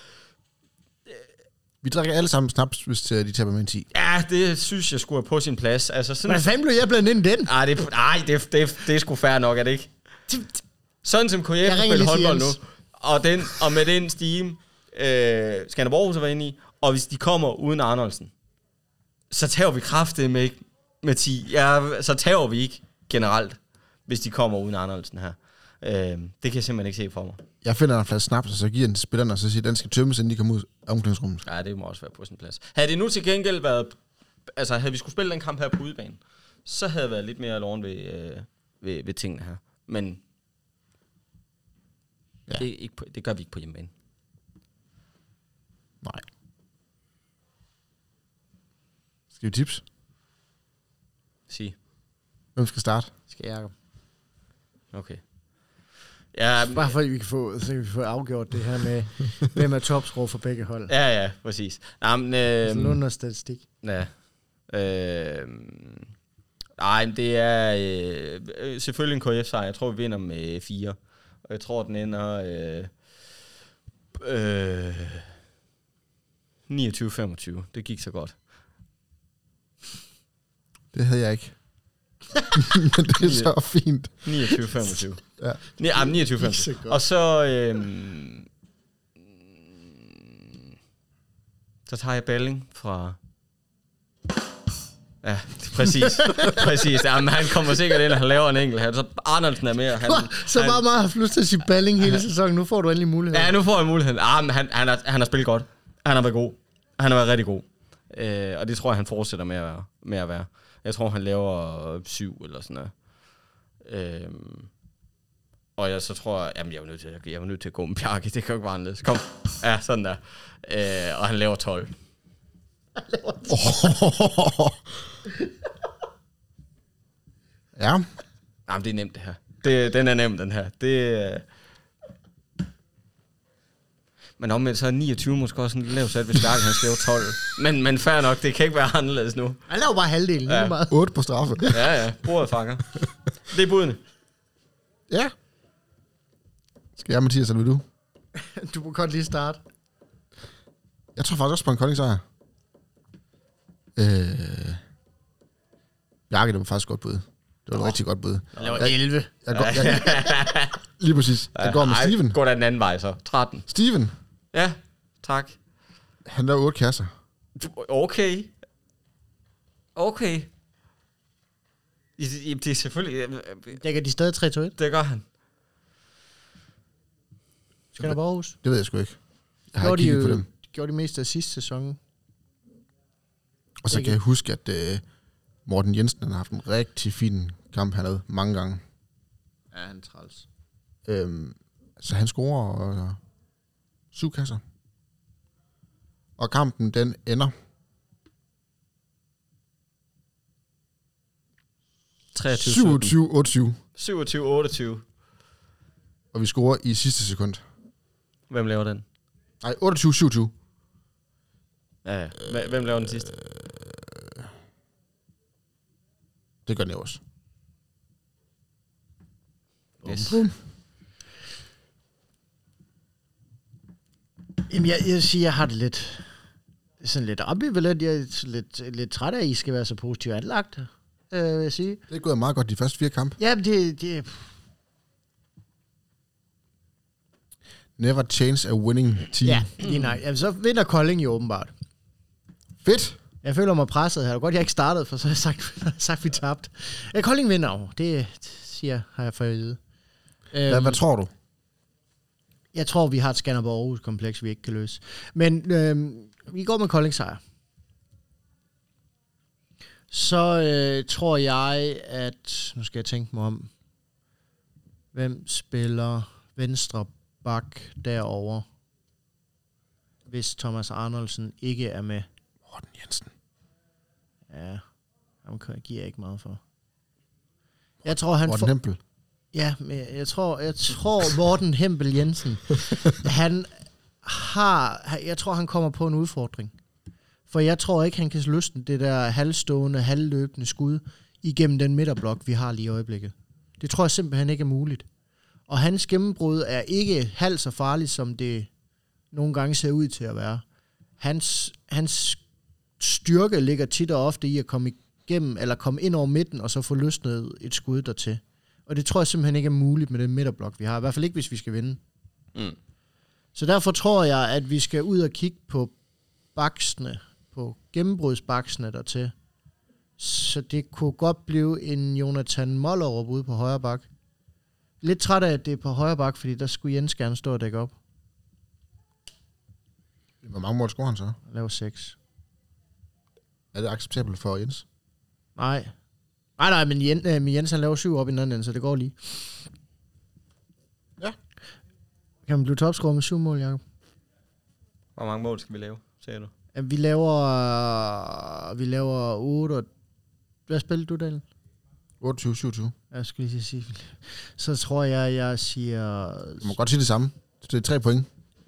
Vi drikker alle sammen snaps, hvis de taber med en ti. Ja, det synes jeg skulle være på sin plads. Altså, sådan, Hvad fanden blev jeg blandet ind i den? Nej, det, nej, det, det, det er sgu fair nok, er det ikke? Sådan som K F ringer spiller lige til håndbold nu, Jens. og, den, og med den steam, øh, Skanderborg var inde i, og hvis de kommer uden Arnoldsen, så tager vi kraftet med, med ti. Ja, så tager vi ikke generelt, hvis de kommer uden Arnoldsen her. Øh, det kan jeg simpelthen ikke se for mig. Jeg finder en flaske snaps, og så giver den til spillerne, og så siger, at den skal tømmes, inden de kommer ud af omklædningsrummet. Ja, det må også være på sin plads. Havde det nu til gengæld været... Altså, havde vi skulle spille den kamp her på udebanen, så havde det været lidt mere alvorligt ved, øh, ved, ved tingene her. Men ja. det, er ikke på, det gør vi ikke på hjemmebane. Nej. Skal vi tips? Sig. Hvem skal starte? Skal jeg? Okay. Ja, Bare fordi vi kan få, så kan vi få afgjort det her med, hvem er topscorer for begge hold. ja, ja, præcis. Nej, men... Øh, Sådan noget statistik. Ja. Øh, nej, men det er øh, selvfølgelig en K F-sejr. Jeg tror, vi vinder med fire. Og jeg tror, den ender øh, øh, niogtyve femogtyve. Det gik så godt. Det havde jeg ikke. Men det er så fint. niogtyve femogtyve. Ja. Ni, ah, niogtyve femogtyve. Og så... Øh, så tager jeg Balling fra... Ja, præcis. præcis. Jamen, han kommer sikkert ind, og han laver en enkelt her. Så Arnoldsen er med. Han, Så han, meget meget haft lyst til at sige Balling hele sæsonen. Nu får du endelig mulighed. Ja, nu får jeg muligheden. Ah, men han, han, har, han har spillet godt. Han har været god. Han har været rigtig god. Øh, og det tror jeg, han fortsætter med at være. Med at være. Jeg tror, han laver syv eller sådan noget. Øh, og jeg så tror jeg, jamen jeg er nødt til, jeg er nødt til at gå med Bjarke. Det kan jo ikke være anderledes. Kom. Ja, sådan der. Øh, og han laver tolv. Ja. Jamen, det er nemt det her. Det, den er nem, den her. Det, men omvendt så er niogtyve måske også en lav sat, hvis Bjarke han skal lave tolv. Men, men fair nok, det kan ikke være anderledes nu. Han laver bare halvdelen. Ja. Ja. Meget. otte på straffe. Ja, ja. Bordet fanger. Det er budene. Ja. Skal jeg, Mathias, eller vil du? Du må godt lige starte. Jeg tror faktisk også på en Kolding-sejr. Øh... Bjarke, det var faktisk et godt bud. Det var et oh. rigtig godt bud. Han laver elleve. Jeg går, jeg, lige præcis. Jeg går med Ej, Steven. går der den anden vej så. tretten. Steven, Ja, tak. han laver otte kasser. Okay. Okay. I- I- Det er selvfølgelig... Dækker de stadig tre to et? Det gør han. Skanderborg Aarhus. Det ved jeg sgu ikke. Jeg har Gjorde ikke de kigget jo, på dem. de gjorde de mest af sidste sæson. Og så ikke. kan jeg huske, at uh, Morten Jensen han har haft en rigtig fin kamp hernede mange gange. Ja, han er træls. Øhm, så han scorer uh, syv kasser. Og kampen, den ender treogtyve syvogtyve otteogtyve. syvogtyve otteogtyve. Og vi scorer i sidste sekund. Hvem laver den? Nej, otteogtyve syvogtyve. Ja, ja. Hvem laver den sidste? Det gør den jo også. Yes. Bum. Jamen, jeg, jeg siger, jeg har det lidt... Sådan lidt ambivalent. Jeg er lidt, lidt træt af, at I skal være så positivt anlagt, øh, vil jeg sige. Det er gået meget godt de første fire kampe. Ja, det... det Never change a winning team. ja, lige nej. Jamen, så vinder Kolding jo åbenbart. Fedt. Jeg føler mig presset her. Det er godt, jeg ikke startede, for så har jeg sagt, sagt at vi tabte. Ja, Kolding vinder over. Det siger har jeg fået at vide. Hvad, Øhm, hvad tror du? Jeg tror, vi har et Skanderborg Aarhus-kompleks, vi ikke kan løse. Men øhm, vi går med Kolding sejr. Så øh, tror jeg, at... Nu skal jeg tænke mig om. Hvem spiller venstre bak derovre, hvis Thomas Arnoldsen ikke er med? Morten Jensen. Ja, ham giver jeg ikke meget for. Jeg tror, han Morten får... Hempel. Ja, men jeg tror, jeg tror Morten Hempel Jensen, han har... Jeg tror, han kommer på en udfordring. For jeg tror ikke, han kan løsne det der halvstående, halvløbende skud igennem den midterblok, vi har lige i øjeblikket. Det tror jeg simpelthen ikke er muligt. Og hans gennembrud er ikke halvt så farligt, som det nogle gange ser ud til at være. Hans, hans styrke ligger tit og ofte i at komme igennem, eller komme ind over midten, og så få løsnet et skud dertil. Og det tror jeg simpelthen ikke er muligt med den midterblok, vi har. I hvert fald ikke, hvis vi skal vinde. Mm. Så derfor tror jeg, at vi skal ud og kigge på baksene, på gennembrudsbaksene dertil. Så det kunne godt blive en Jonathan Mollerup ude på højre bak. Lidt træt af, at det er på højre bak, fordi der skulle Jens gerne stå og dække op. Hvor mange mål scorer han så? Lave seks. Er det acceptabelt for Jens? Nej. Nej, nej, men Jens, øh, Jens han laver syv op i den anden ende, så det går lige. Ja. Kan man blive topscorer med syv mål, Jacob? Hvor mange mål skal vi lave, sagde du? Ja, vi laver... Øh, vi laver otte... Og, hvad spiller du, Daniel? otteogtyve syvogtyve. Jeg skulle lige sige... Så tror jeg, jeg siger... Du må godt sige det samme. Det er tre point.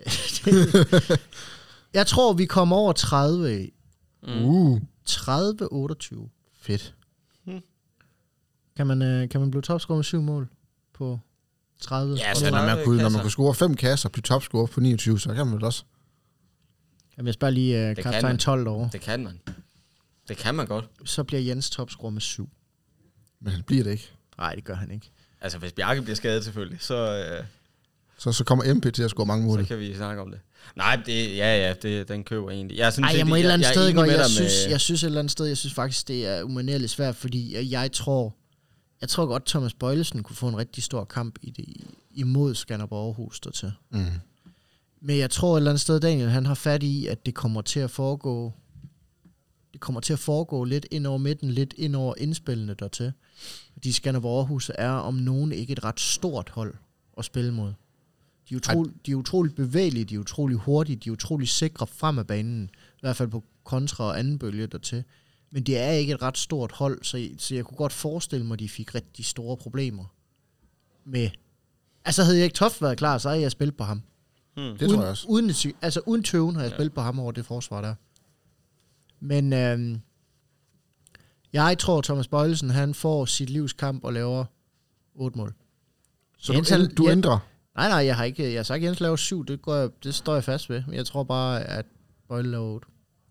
Jeg tror, vi kommer over tredive i. Mm. Uh. tredive otteogtyve. Fedt. Kan man, øh, kan man blive topscorer med syv mål på tredive? Ja, så når man, kunne, når man kunne score fem kasser og blive topscorer på niogtyve, så kan man vel også. Jamen, jeg spørger lige uh, kaptajn tolv år. Det kan man. Det kan man godt. Så bliver Jens topscorer med syv. Men han bliver det ikke. Nej, det gør han ikke. Altså, hvis Bjarke bliver skadet selvfølgelig, så... Øh, så, så kommer M P til at score mange mål. Så kan vi snakke om det. Nej, det, ja, ja, det, den køber egentlig. Jeg, synes, Ej, jeg må det, et eller andet jeg, sted jeg, gå. Jeg, jeg, synes, med... jeg synes et eller andet sted, jeg synes faktisk, det er umanerligt svært, fordi jeg tror, jeg tror godt, Thomas Bøjlesen kunne få en rigtig stor kamp i det, imod Skanderborg Aarhus dertil. Mm. Men jeg tror et eller andet sted, Daniel, han har fat i, at det kommer til at foregå, det kommer til at foregå lidt ind over midten, lidt ind over indspillene dertil. Fordi Skanderborg Aarhus er om nogen ikke et ret stort hold at spille mod. De er, utrolig, de er utroligt bevægelige, de er utrolig hurtige, de er utrolig sikre frem af banen, i hvert fald på kontra og anden bølge dertil. Men det er ikke et ret stort hold, så, så jeg kunne godt forestille mig, at de fik rigtig store problemer med... Altså havde jeg ikke Toft været klar, så havde jeg spillet på ham. Hmm. Det uden, tror jeg også. Uden, altså uden tøven har jeg ja. spillet på ham over det forsvar der. Men øhm, jeg tror, Thomas Bøjlesen, han får sit livs kamp og laver otte mål. Så Jens, du, du ændrer? Nej, nej, jeg har ikke. Jeg har sagt, at Jens laver syv. Det, går jeg, det står jeg fast ved. Men jeg tror bare, at Bøjle laver otte.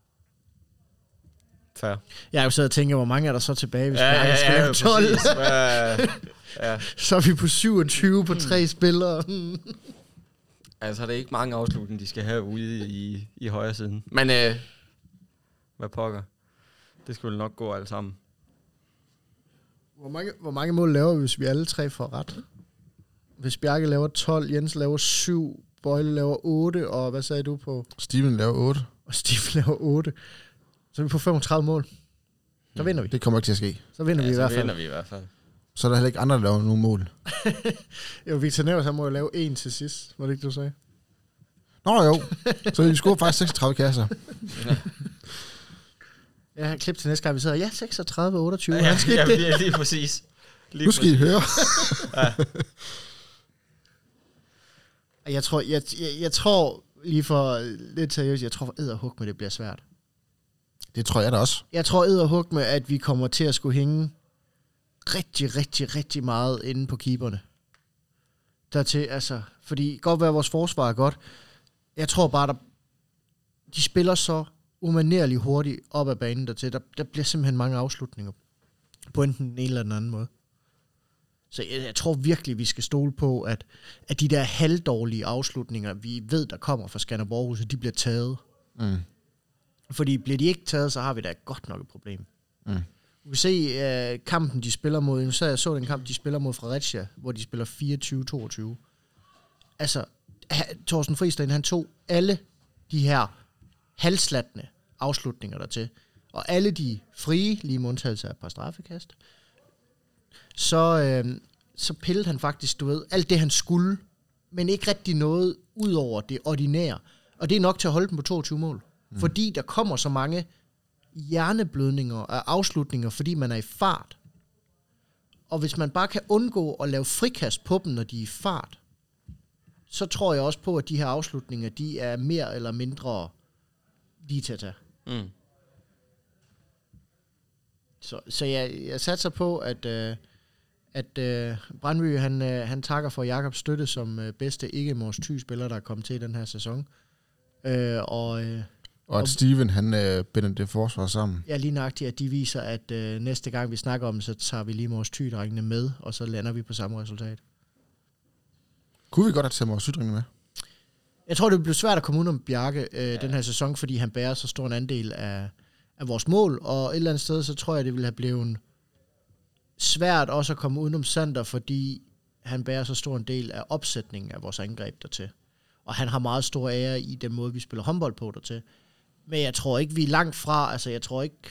Fair. Jeg har jo siddet og tænkt, hvor mange er der så tilbage, hvis ja, ja, ja, skal ja, lave tolv. Ja, ja. Så er vi på syvogtyve på tre spillere. Altså, det er ikke mange afslutninger, de skal have ude i, i højre siden. Men, øh, hvad pokker? Det skulle nok gå alle sammen. Hvor mange, hvor mange mål laver vi, hvis vi alle tre får ret? Hvis Bjarke laver tolv, Jens laver syv, Bøjle laver otte, og hvad sagde du på? Steven laver otte. Og Steven laver otte. Så er vi på femogtredive mål. Så vinder vi. Det kommer ikke til at ske. Så vinder ja, vi i så hvert fald. vinder vi i hvert fald. Så er der heller ikke andre, der laver nogen mål. Jo, Victor Neves, han må jo lave en til sidst. Var det ikke, du sagde? Nå jo. Så vi scorer faktisk seksogtredive kasser. Ja. Jeg har klip til næste gang, vi sidder. Ja, seksogtredive otteogtyve. Ja, ja, ja, lige, lige præcis. Lige nu skal I høre. Ja. Jeg tror, jeg, jeg, jeg tror lige for lidt seriøst, jeg tror for edderhug med, det bliver svært. Det tror jeg da også. Jeg tror edderhug med, at vi kommer til at skulle hænge rigtig, rigtig, rigtig meget inde på keeperne. Dertil, altså, fordi godt være, at vores forsvar er godt. Jeg tror bare, der, de spiller så umanerligt hurtigt op ad banen dertil. Der, der bliver simpelthen mange afslutninger på enten den ene eller den anden måde. Så jeg, jeg tror virkelig, vi skal stole på, at, at de der halvdårlige afslutninger, vi ved, der kommer fra Skanderborg, de bliver taget. Mm. Fordi bliver de ikke taget, så har vi da godt nok et problem. Mm. Du kan se uh, kampen, de spiller mod, så jeg så den kamp, de spiller mod Fredericia, hvor de spiller fireogtyve toogtyve. Altså, Thorsten Fristen, han tog alle de her halvslattende afslutninger dertil, og alle de frie, lige med undtagelse af et par straffekast, så, øh, så pillede han faktisk, du ved, alt det, han skulle, men ikke rigtig noget ud over det ordinære. Og det er nok til at holde dem på toogtyve mål. Mm. Fordi der kommer så mange hjerneblødninger og afslutninger, fordi man er i fart. Og hvis man bare kan undgå at lave frikast på dem, når de er i fart, så tror jeg også på, at de her afslutninger, de er mere eller mindre lige til at tage. Mm. Så, så jeg, jeg satser på, at, øh, at øh, Brandby, han, øh, han takker for Jakobs støtte som øh, bedste ikke-Mors Thy-spiller, der er kommet til i den her sæson. Øh, og, øh, og at og, Steven, han øh, binder det forsvar sammen. Ja, lige nøjagtigt, at de viser, at øh, næste gang vi snakker om, så tager vi lige Mors Thy-drengene med, og så lander vi på samme resultat. Kunne vi godt have taget Mors Thy-drengene med? Jeg tror, det bliver svært at komme ud om Bjarke øh, ja. den her sæson, fordi han bærer så stor en andel af, af vores mål, og et eller andet sted, så tror jeg, det ville have blevet svært også at komme udenom Sander, fordi han bærer så stor en del af opsætningen af vores angreb dertil. Og han har meget stor ære i den måde, vi spiller håndbold på dertil. Men jeg tror ikke, vi er langt fra, altså jeg tror ikke,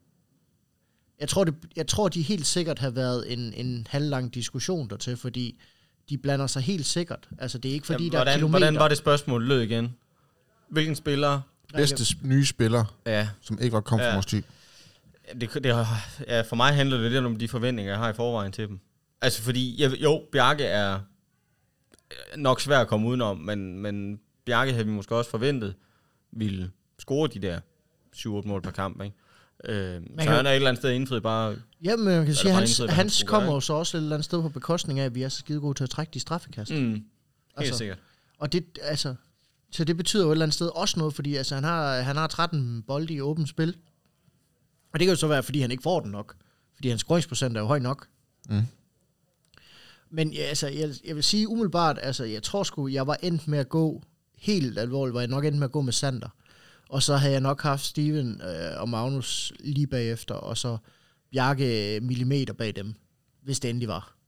jeg tror, det, jeg tror de helt sikkert har været en, en halvlang diskussion dertil, fordi de blander sig helt sikkert. Altså det er ikke fordi, Jamen, der hvordan, er kilometer. Hvordan var det spørgsmål lød igen? Hvilken spiller? Bedste nye spiller, ja. som ikke var kommet fra ja. Mors Thy. Det, det, ja, for mig handler det lidt om de forventninger, jeg har i forvejen til dem. Altså fordi, jeg, jo, Bjarke er nok svær at komme udenom, men, men Bjarke havde vi måske også forventet ville score de der syv otte mål per kamp, ikke? Øh, så kan, han er et eller andet sted indfriet bare... Ja, men man kan sige, hans, indfriet, hans kommer jo så også et eller andet sted på bekostning af, at vi er så skide gode til at trække de straffekast. Mm, helt altså, sikkert. Og det, altså, så det betyder jo et eller andet sted også noget, fordi altså, han, har, han har tretten bolde i åbent spil. Og det kan jo så være, fordi han ikke får den nok. Fordi hans scoringsprocent er jo høj nok. Mm. Men ja, altså, jeg, jeg vil sige umiddelbart, altså, jeg tror sgu, jeg var endt med at gå, helt alvorligt, var jeg nok endt med at gå med Sander. Og så havde jeg nok haft Steven øh, og Magnus lige bagefter, og så Bjarke millimeter bag dem, hvis det endelig var.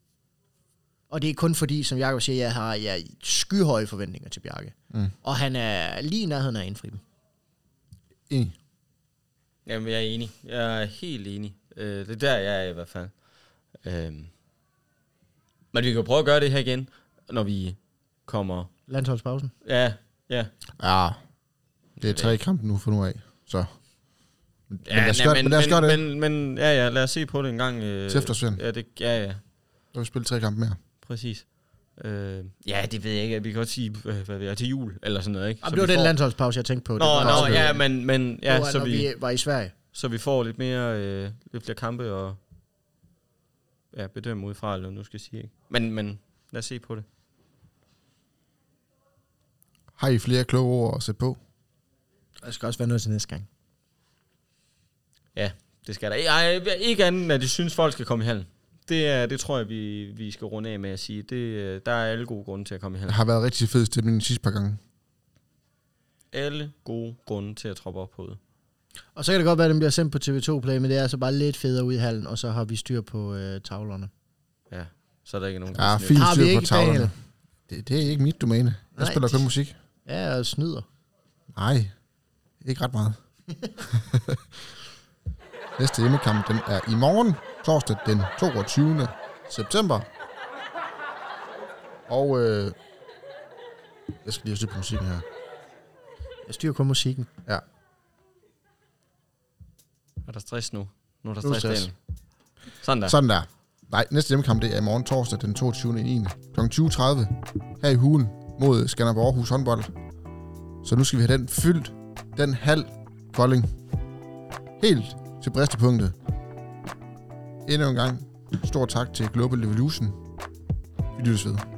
Og det er kun fordi, som Jakob siger, jeg har jeg skyhøje forventninger til Bjarke. Mm. Og han er lige i nærheden af at indfri dem. Enig. Jamen, jeg er enig. Jeg er helt enig. Øh, det er der, jeg er i hvert fald. Øh. Men vi kan prøve at gøre det her igen, når vi kommer... Landsholdspausen? Ja, ja. Ja, det er tre kampe nu for nu af, så... Men, ja, men, lad os gøre, men, men lad os gøre det. Men, men ja, ja, lad os se på det en gang. Øh, til efterårsferien. Ja, det, ja, ja. Der vil vi spille tre kampe mere. Præcis. Øh, ja, det ved jeg ikke. Vi kan godt sige, hvad vi er til jul, eller sådan noget, ikke? Jamen, det var den får... landsholdspause, jeg tænkte på. Nå, det nå, ja, men, men ja, var, så når vi, vi var i Sverige. Så vi får lidt mere, øh, lidt flere kampe og ja, bedømme udefra, eller nu skal jeg sige, ikke? Men, men lad os se på det. Har I flere kloge ord at sætte på? Der skal også være noget til næste gang. Ja, det skal der. Ej, ikke andet, at de synes, folk skal komme i hallen. Det, er, det tror jeg, vi, vi skal runde af med at sige. Det, der er alle gode grunde til at komme i hallen. Det har været rigtig fed stemning de sidste par gange. Alle gode grunde til at troppe op på det. Og så kan det godt være, at den bliver sendt på T V to Play, men det er altså bare lidt federe ude i hallen, og så har vi styr på øh, tavlerne. Ja, så er der ikke nogen... Ja, fint har styr vi på ikke tavlerne. Det, det er ikke mit domæne. Jeg Nej, spiller kun musik. Ja, og snyder. Nej, ikke ret meget. Næste hjemmekamp, den er i morgen, torsdag den toogtyvende september. Og øh, jeg skal lige have styr på musikken her. Jeg styrer kun musikken. Ja. Er der stress nu? Nu er der Nu er stress. stress. Sådan der. Sådan der. Nej, næste hjemmekamp, det er i morgen torsdag den toogtyvende niende klokken tyve tredive her i Hugen mod Skanderborg Aarhus håndbold. Så nu skal vi have den fyldt, den halv Kolding, helt til bristepunktet. Endnu en gang Stor tak til Global Evolution. Vi lyttes ved.